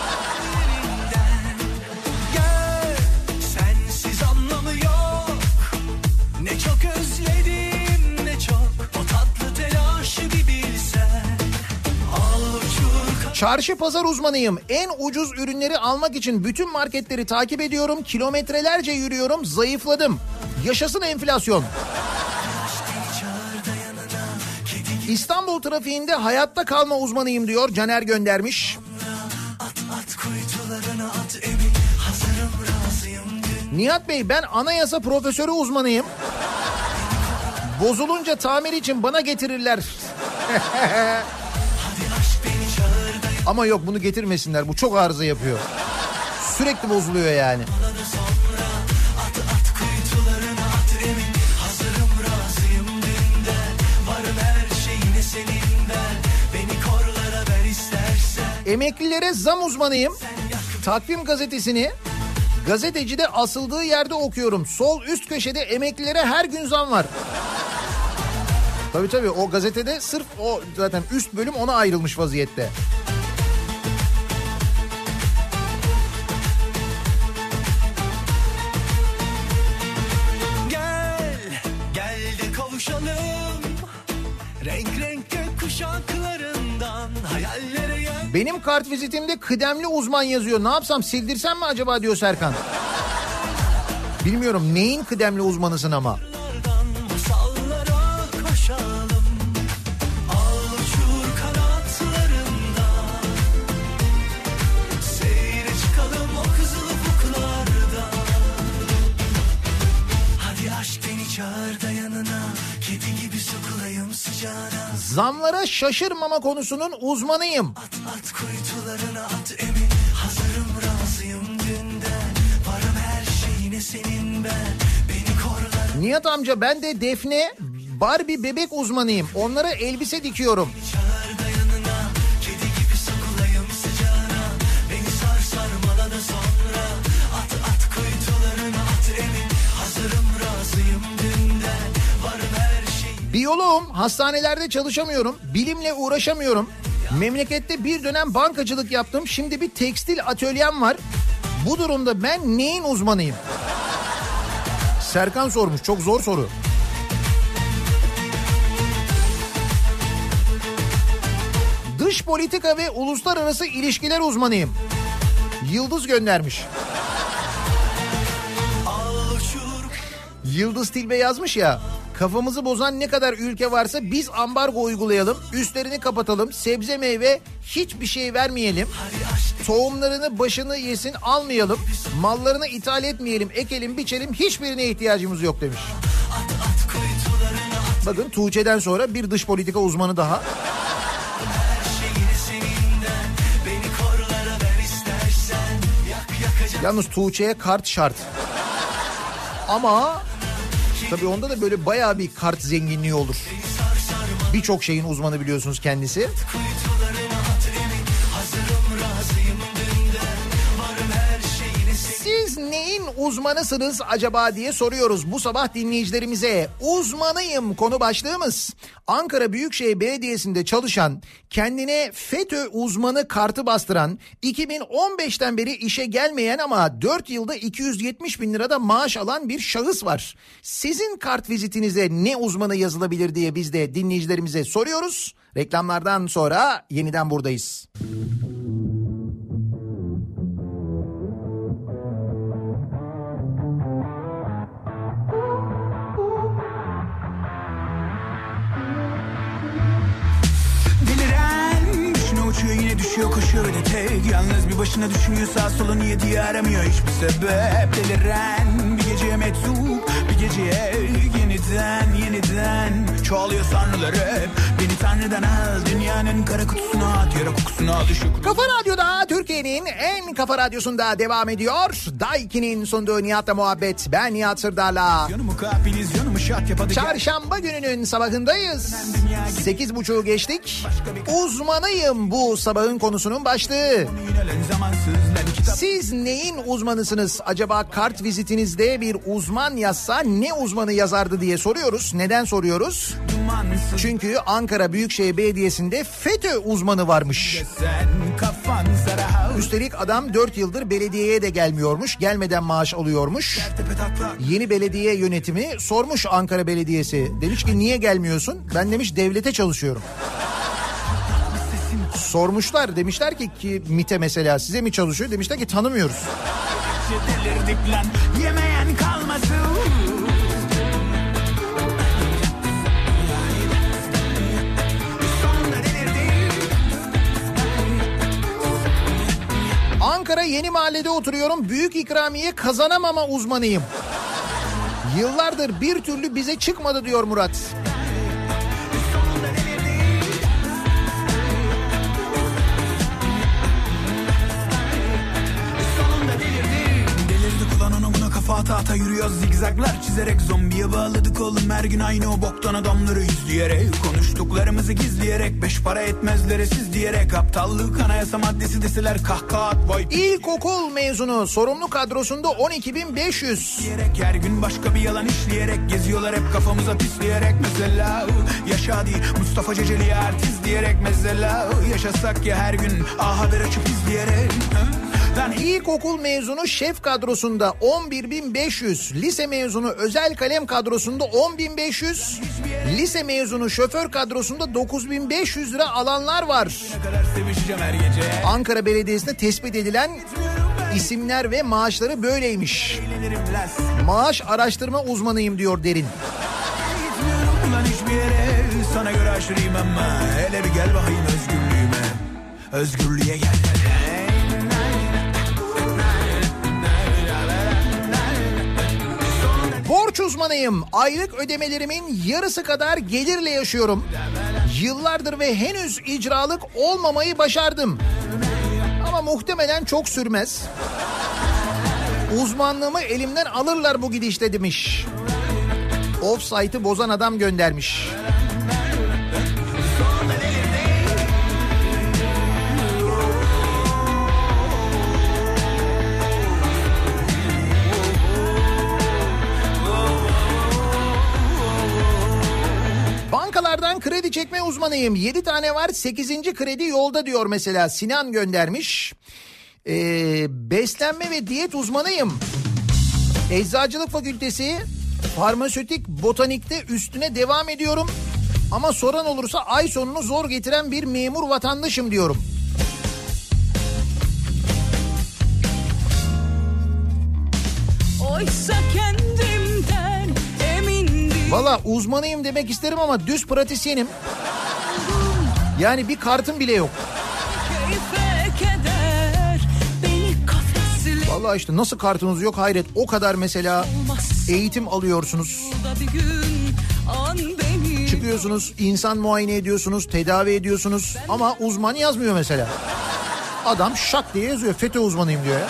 Gel, sensiz anlamı yok. Ne çok özledim, ne çok o tatlı telaşı bir bilsen. Al uçur Çarşı pazar uzmanıyım. En ucuz ürünleri almak için bütün marketleri takip ediyorum. Kilometrelerce yürüyorum, zayıfladım. Yaşasın enflasyon. İstanbul trafiğinde hayatta kalma uzmanıyım diyor. Caner göndermiş. at at kuytularına at emin. Hazırım razıyım dün. Nihat Bey ben anayasa profesörü uzmanıyım. Bozulunca tamir için bana getirirler. Hadi aşk beni çağır da Ama yok bunu getirmesinler. Bu çok arıza yapıyor. Sürekli bozuluyor yani. at at kuytularına at emin. Hazırım razıyım dünden. Varım her şeyine senin ben. Beni korlara ver istersen. Emeklilere zam uzmanıyım. Takvim gazetesini gazetecide asıldığı yerde okuyorum. Sol üst köşede emeklilere her gün zam var. Tabii tabii o gazetede sırf o zaten üst bölüm ona ayrılmış vaziyette. Gel, gel de kavuşalım. Renk renk gök kuşaklarından hayallere yön. Benim kart vizitimde kıdemli uzman yazıyor. Ne yapsam sildirsem mi acaba diyor Serkan. Bilmiyorum neyin kıdemli uzmanısın ama. Masallara koşalım. Al uçur kanatlarından. Seyre çıkalım o kızıl ufuklarda. Hadi aşk beni çağır da yanına. Kedi gibi sokulayım sıcağına. Zamlara şaşırmama konusunun uzmanıyım. At at kuytularına at emin. Hazırım razıyım dünden. Varım her şeyine senin ben. Beni korlar. Nihat amca ben de Defne Barbie bebek uzmanıyım. Onlara elbise dikiyorum. Çağır da yanına, kedi gibi sokulayım sıcağına. Beni sar sarmala da sonra. At at kuytularına at emin. Hazırım razıyım dünden. Varım her şey. Biyoloğum, hastanelerde çalışamıyorum. Bilimle uğraşamıyorum. Memlekette bir dönem bankacılık yaptım. Şimdi bir tekstil atölyem var. Bu durumda ben neyin uzmanıyım? Serkan sormuş. Çok zor soru. Dış politika ve uluslararası ilişkiler uzmanıyım. Yıldız göndermiş. Al uçur. Yıldız Tilbe yazmış ya. Kafamızı bozan ne kadar ülke varsa biz ambargo uygulayalım. Üstlerini kapatalım. Sebze meyve hiçbir şey vermeyelim. Tohumlarını başını yesin almayalım. Mallarını ithal etmeyelim. Ekelim biçelim. Hiçbirine ihtiyacımız yok demiş. At at kuytularına at. Bakın Tuğçe'den sonra bir dış politika uzmanı daha. Her şeyine seninden. Beni korlara ver istersen. Yak yakacak. Yalnız Tuğçe'ye kart şart. Ama tabii onda da böyle bayağı bir kart zenginliği olur. Birçok şeyin uzmanı biliyorsunuz kendisi. Kuytularına at emin. Hazırım razıyım dünden. Varım her şeyine senin. Siz neyin uzmanısınız acaba diye soruyoruz bu sabah dinleyicilerimize. Uzmanıyım konu başlığımız. Ankara Büyükşehir Belediyesi'nde çalışan, kendine FETÖ uzmanı kartı bastıran, iki bin on beşten beri işe gelmeyen ama dört yılda iki yüz yetmiş bin lirada maaş alan bir şahıs var. Sizin kart vizitinize ne uzmanı yazılabilir diye biz de dinleyicilerimize soruyoruz. Reklamlardan sonra yeniden buradayız. Geçiyor koşuyor öyle tek, yalnız bir başına düşünüyor, sağ sola niye diye aramıyor hiçbir sebep. Deliren bir geceye meczup, bir geceye yeniden yeniden çoğalıyor sanrılar hep. Beni Tanrı'dan al, dünyanın kara kutusuna at, yara kokusuna al, düşük. Kafa Radyo'da, Türkiye'nin en kafa radyosunda devam ediyor. Daiki'nin sunduğu Nihat'la muhabbet. Ben Nihat Sırdar'la. Çarşamba gününün sabahındayız. Sekiz buçuğu geçtik. Uzmanıyım bu sabahın konusunun başlığı. Siz neyin uzmanısınız? Acaba kart vizitinizde bir uzman yazsa ne uzmanı yazardı diye soruyoruz. Neden soruyoruz? Çünkü Ankara Büyükşehir Belediyesi'nde FETÖ uzmanı varmış. Üstelik adam dört yıldır belediyeye de gelmiyormuş. Gelmeden maaş alıyormuş. Yeni belediye yönetimi sormuş Ankara Belediyesi. Demiş ki niye gelmiyorsun? Ben demiş devlete çalışıyorum. Sormuşlar, demişler ki, ki MİT'e mesela size mi çalışıyor? Demişler ki tanımıyoruz. Yemeyen kalmasın. Ankara Yeni Mahalle'de oturuyorum. Büyük ikramiye kazanamama uzmanıyım. Yıllardır bir türlü bize çıkmadı diyor Murat. Ata ata yürüyoruz zigzaglar çizerek, zombiye bağladık oğlum her gün aynı o boktan adamları izleyerek, konuştuklarımızı gizleyerek, beş para etmezlere siz diyerek, aptallık anayasa maddesi deseler kahkaha at boy. İlkokul mezunu, sorumlu kadrosunda on iki bin beş yüz. Diyerek, her gün başka bir yalan işleyerek, geziyorlar hep kafamıza pisleyerek, mesela yaşa değil Mustafa Ceceli artist diyerek, mesela yaşasak ya her gün A Haber açıp izleyerek. İlkokul mezunu şef kadrosunda on bir bin beş yüz, lise mezunu özel kalem kadrosunda on bin beş yüz, lise mezunu şoför kadrosunda dokuz bin beş yüz lira alanlar var. Ankara Belediyesi'nde tespit edilen isimler ve maaşları böyleymiş. Maaş araştırma uzmanıyım diyor Derin. Sana göre aşırıyım ama hele bir gel bakayım özgürlüğüme. Özgürlüğe gel. Borç uzmanıyım. Aylık ödemelerimin yarısı kadar gelirle yaşıyorum. Yıllardır ve henüz icralık olmamayı başardım. Ama muhtemelen çok sürmez. Uzmanlığımı elimden alırlar bu gidişte demiş. Offsite'ı bozan adam göndermiş. Bankalardan kredi çekme uzmanıyım. yedi tane var, sekizinci kredi yolda diyor mesela. Sinan göndermiş. Ee, beslenme ve diyet uzmanıyım. Eczacılık fakültesi, farmasötik botanikte üstüne devam ediyorum. Ama soran olursa ay sonunu zor getiren bir memur vatandaşım diyorum. Oysa kendimden emindim. Valla uzmanıyım demek isterim ama düz pratisyenim. Yani bir kartım bile yok. Valla işte nasıl kartınız yok hayret. O kadar mesela eğitim alıyorsunuz. Çıkıyorsunuz, insan muayene ediyorsunuz, tedavi ediyorsunuz. Ama uzman yazmıyor mesela. Adam şak diye yazıyor. FETÖ uzmanıyım diyor ya.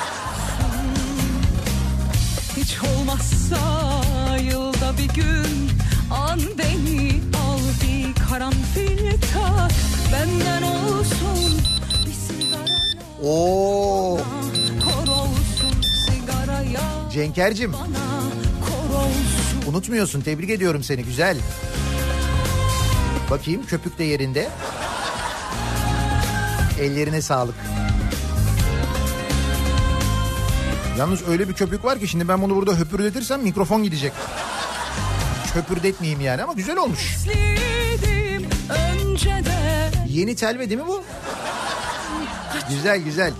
Hiç olmazsa yılda bir gün an beni al, bir karanfil tak benden olsun bir sigara. Oo. Kor olsun sigaraya. Cenker'cim. Unutmuyorsun, tebrik ediyorum seni, güzel. Bakayım köpük de yerinde. Ellerine sağlık. Yalnız öyle bir köpük var ki şimdi ben bunu burada höpürdetirsem mikrofon gidecek. Höpürdetmeyeyim yani ama güzel olmuş. Yeni telve değil mi bu? Güzel güzel.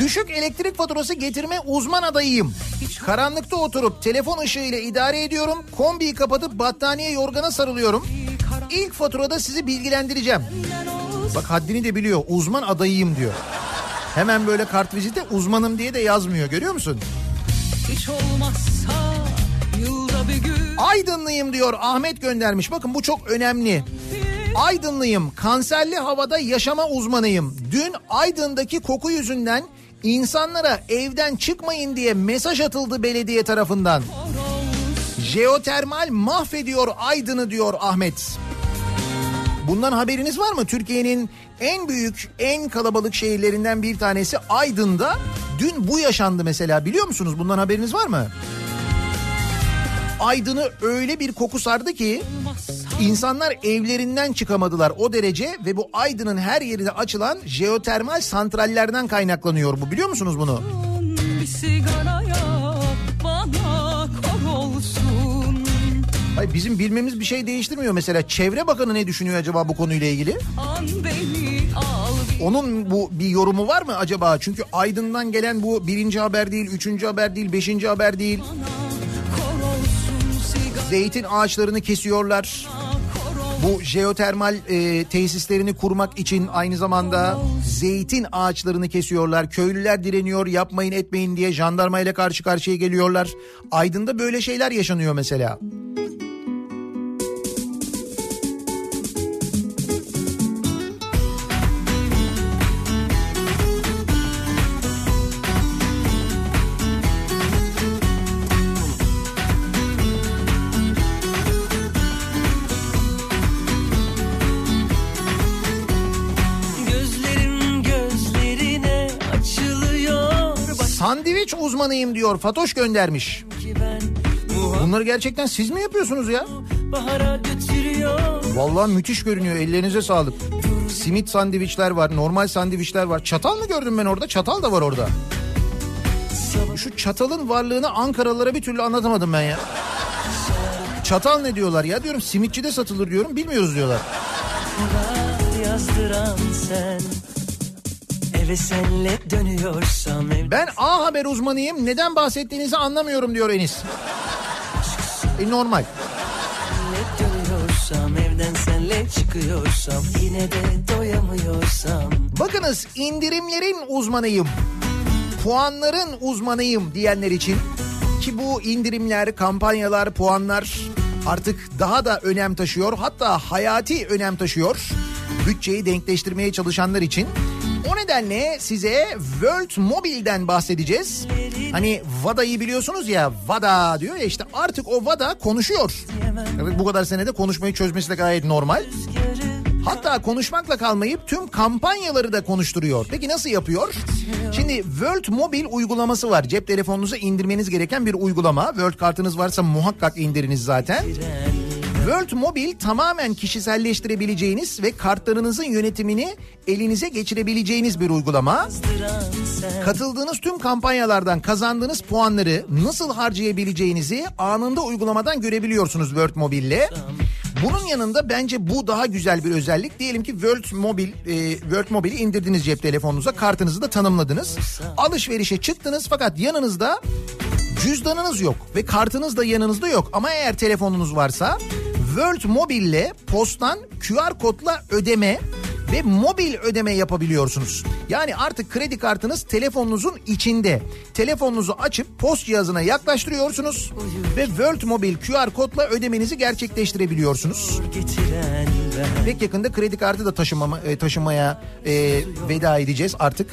Düşük elektrik faturası getirme uzman adayıyım. Karanlıkta oturup telefon ışığıyla idare ediyorum. Kombiyi kapatıp battaniye yorgana sarılıyorum. İlk faturada sizi bilgilendireceğim. Bak haddini de biliyor. Uzman adayıyım diyor. Hemen böyle kartvizite uzmanım diye de yazmıyor. Görüyor musun? Hiç olmazsa yılda bir gün. Aydınlıyım diyor, Ahmet göndermiş. Bakın bu çok önemli. Aydınlıyım, kanserli havada yaşama uzmanıyım. Dün Aydın'daki koku yüzünden insanlara evden çıkmayın diye mesaj atıldı belediye tarafından. Jeotermal mahvediyor Aydın'ı diyor Ahmet. Bundan haberiniz var mı? Türkiye'nin en büyük, en kalabalık şehirlerinden bir tanesi Aydın'da dün bu yaşandı mesela, biliyor musunuz? Bundan haberiniz var mı? Aydın'ı öyle bir koku sardı ki insanlar evlerinden çıkamadılar, o derece. Ve bu Aydın'ın her yerine açılan jeotermal santrallerden kaynaklanıyor bu, biliyor musunuz bunu? Bir sigaraya bana kor olsun. Hayır, bizim bilmemiz bir şey değiştirmiyor mesela. Çevre Bakanı ne düşünüyor acaba bu konuyla ilgili? An beni al. Onun bu bir yorumu var mı acaba? Çünkü Aydın'dan gelen bu birinci haber değil, üçüncü haber değil, beşinci haber değil. Zeytin ağaçlarını kesiyorlar. Bu jeotermal e, tesislerini kurmak için aynı zamanda zeytin ağaçlarını kesiyorlar. Köylüler direniyor, yapmayın etmeyin diye jandarmayla karşı karşıya geliyorlar. Aydın'da böyle şeyler yaşanıyor mesela. Sandviç uzmanıyım diyor, Fatoş göndermiş. Bunları gerçekten siz mi yapıyorsunuz ya? Vallahi müthiş görünüyor, ellerinize sağlık. Simit sandviçler var, normal sandviçler var. Çatal mı gördüm ben orada? Çatal da var orada. Şu çatalın varlığını Ankaralılara bir türlü anlatamadım ben ya. Çatal ne diyorlar ya diyorum, simitçide satılır diyorum, bilmiyoruz diyorlar. Yazdıran sen. Senle dönüyorsam evde... Ben A Haber uzmanıyım, neden bahsettiğinizi anlamıyorum diyor Enis. E normal. Dönüyorsam, evden senle çıkıyorsam, yine de doyamıyorsam. Bakınız, indirimlerin uzmanıyım, puanların uzmanıyım diyenler için, ki bu indirimler, kampanyalar, puanlar artık daha da önem taşıyor, hatta hayati önem taşıyor bütçeyi denkleştirmeye çalışanlar için. O nedenle size World Mobile'den bahsedeceğiz. Hani VADA'yı biliyorsunuz ya, VADA diyor ya, işte artık o VADA konuşuyor. Evet, bu kadar senede konuşmayı çözmesi de gayet normal. Hatta konuşmakla kalmayıp tüm kampanyaları da konuşturuyor. Peki nasıl yapıyor? Şimdi World Mobile uygulaması var. Cep telefonunuza indirmeniz gereken bir uygulama. World kartınız varsa muhakkak indiriniz zaten. World Mobile tamamen kişiselleştirebileceğiniz ve kartlarınızın yönetimini elinize geçirebileceğiniz bir uygulama. Katıldığınız tüm kampanyalardan kazandığınız puanları nasıl harcayabileceğinizi anında uygulamadan görebiliyorsunuz World Mobile'le. Bunun yanında bence bu daha güzel bir özellik. Diyelim ki World Mobile, e, World Mobile'i indirdiniz cep telefonunuza, kartınızı da tanımladınız. Alışverişe çıktınız fakat yanınızda cüzdanınız yok ve kartınız da yanınızda yok. Ama eğer telefonunuz varsa World Mobile'le posttan Q R kodla ödeme ve mobil ödeme yapabiliyorsunuz. Yani artık kredi kartınız telefonunuzun içinde. Telefonunuzu açıp post cihazına yaklaştırıyorsunuz ve World Mobile Q R kodla ödemenizi gerçekleştirebiliyorsunuz. Pek yakında kredi kartı da taşımama, taşımaya e, veda edeceğiz artık.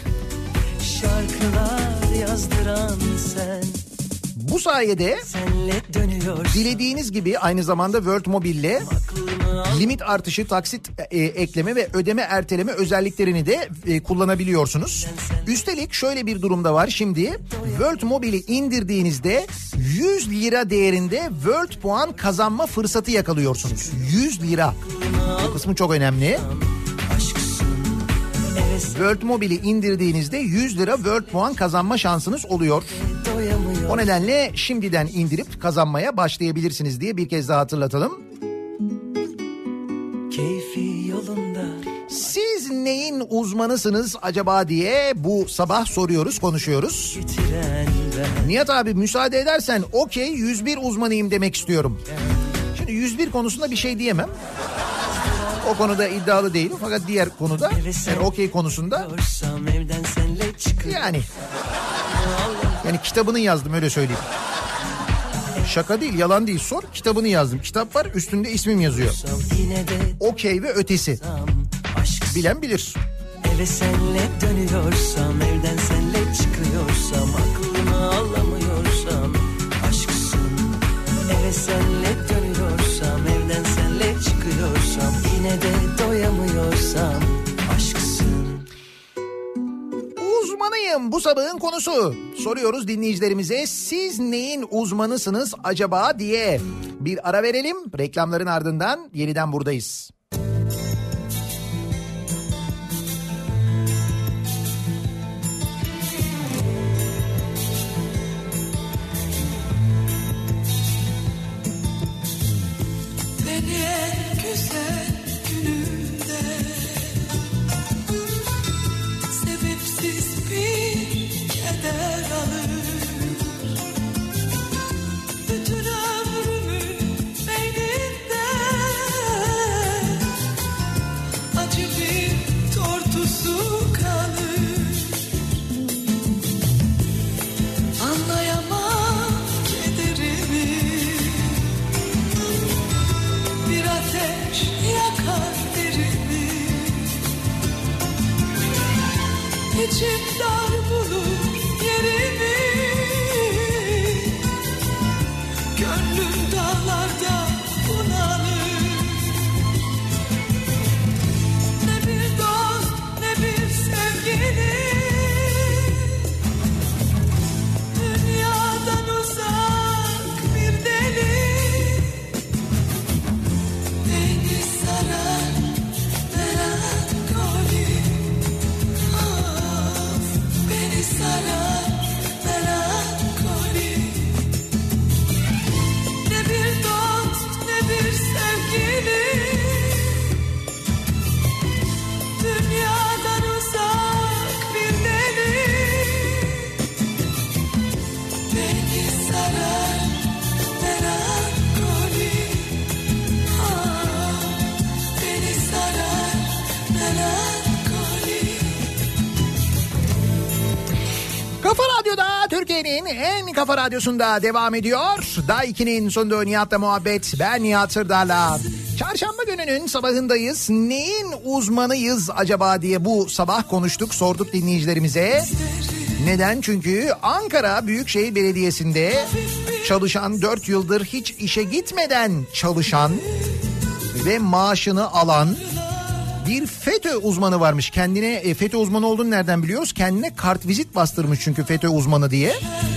Şarkılar yazdıran sen. Bu sayede dilediğiniz gibi aynı zamanda World Mobile'le limit artışı, taksit e, ekleme ve ödeme erteleme özelliklerini de e, kullanabiliyorsunuz. Üstelik şöyle bir durumda var şimdi. World Mobile'i indirdiğinizde yüz lira değerinde World puan kazanma fırsatı yakalıyorsunuz. yüz lira. Bu kısmı çok önemli. World Mobile'i indirdiğinizde yüz lira World puan kazanma şansınız oluyor. O nedenle şimdiden indirip kazanmaya başlayabilirsiniz diye bir kez daha hatırlatalım. Keyfi yolunda. Siz neyin neyin uzmanısınız acaba diye bu sabah soruyoruz, konuşuyoruz. Nihat abi müsaade edersen okey yüz bir uzmanıyım demek istiyorum. Şimdi yüz bir konusunda bir şey diyemem. O konuda iddialı değilim fakat diğer konuda yani okey konusunda yani yani kitabını yazdım öyle söyleyeyim. Şaka değil, yalan değil, sor, kitabını yazdım. Kitap var, üstünde ismim yazıyor. Okey ve ötesi. Bilen bilir. Eve senle dönüyorsam, evden senle çıkıyorsam, aklımı alamıyorsam aşksın. Eve senle dönüyorsam, evden senle çıkıyorsam, yine de doyamıyorsam aşksın. Uzmanıyım bu sabahın konusu. Soruyoruz dinleyicilerimize, siz neyin uzmanısınız acaba diye. Bir ara verelim, reklamların ardından yeniden buradayız. Beni en güzel günümde sebepsiz bir keder alır. Bütün ömrümün beyninde acı bir tortusu kalır. Anlayamam kederimi, bir ateş yakar derimi. İçim dar bulur yerimi, gönlüm dağlarda bunalır. Ne bir dost ne bir sevgili, dünyadan uzak bir deli. Beni sarar melankoli, ah, beni sarar melankoli. Ne bir dost ne bir sevgili, dünyadan uzak bir deli. Beni sarar melankoli, ah, beni sarar melankoli. Kafa Radyo'da, Türkiye'nin en kafa radyosunda devam ediyor. Day ikinin sonunda Nihat'la muhabbet. Ben Nihat Sırdar'la. Çarşamba gününün sabahındayız. Neyin uzmanıyız acaba diye bu sabah konuştuk, sorduk dinleyicilerimize. Neden? Çünkü Ankara Büyükşehir Belediyesi'nde çalışan, dört yıldır hiç işe gitmeden çalışan ve maaşını alan bir FETÖ uzmanı varmış. Kendine e, FETÖ uzmanı olduğunu nereden biliyoruz? Kendine kartvizit bastırmış çünkü FETÖ uzmanı diye.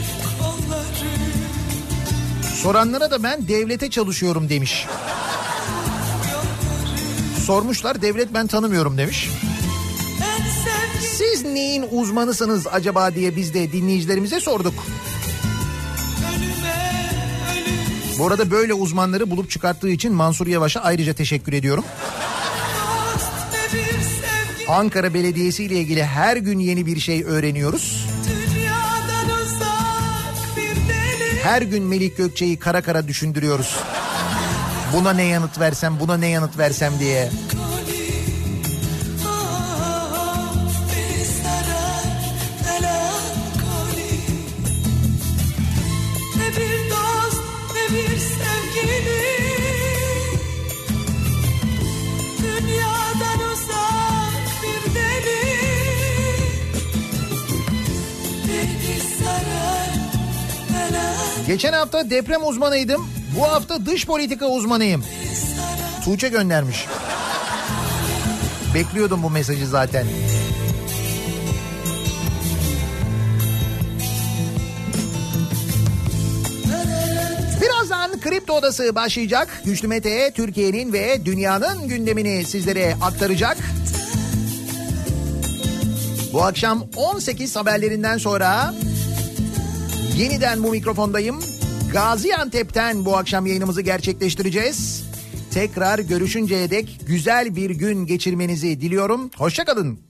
Soranlara da ben devlete çalışıyorum demiş. Sormuşlar, devlet ben tanımıyorum demiş. Siz neyin uzmanısınız acaba diye biz de dinleyicilerimize sorduk. Bu arada böyle uzmanları bulup çıkarttığı için Mansur Yavaş'a ayrıca teşekkür ediyorum. Ankara Belediyesi ile ilgili her gün yeni bir şey öğreniyoruz. Her gün Melik Gökçe'yi kara kara düşündürüyoruz. Buna ne yanıt versem, buna ne yanıt versem diye. Geçen hafta deprem uzmanıydım. Bu hafta dış politika uzmanıyım. Tuğçe göndermiş. Bekliyordum bu mesajı zaten. Birazdan Kripto Odası başlayacak. Güçlü Mete Türkiye'nin ve dünyanın gündemini sizlere aktaracak. Bu akşam on sekiz haberlerinden sonra yeniden bu mikrofondayım. Gaziantep'ten bu akşam yayınımızı gerçekleştireceğiz. Tekrar görüşünceye dek güzel bir gün geçirmenizi diliyorum. Hoşça kalın.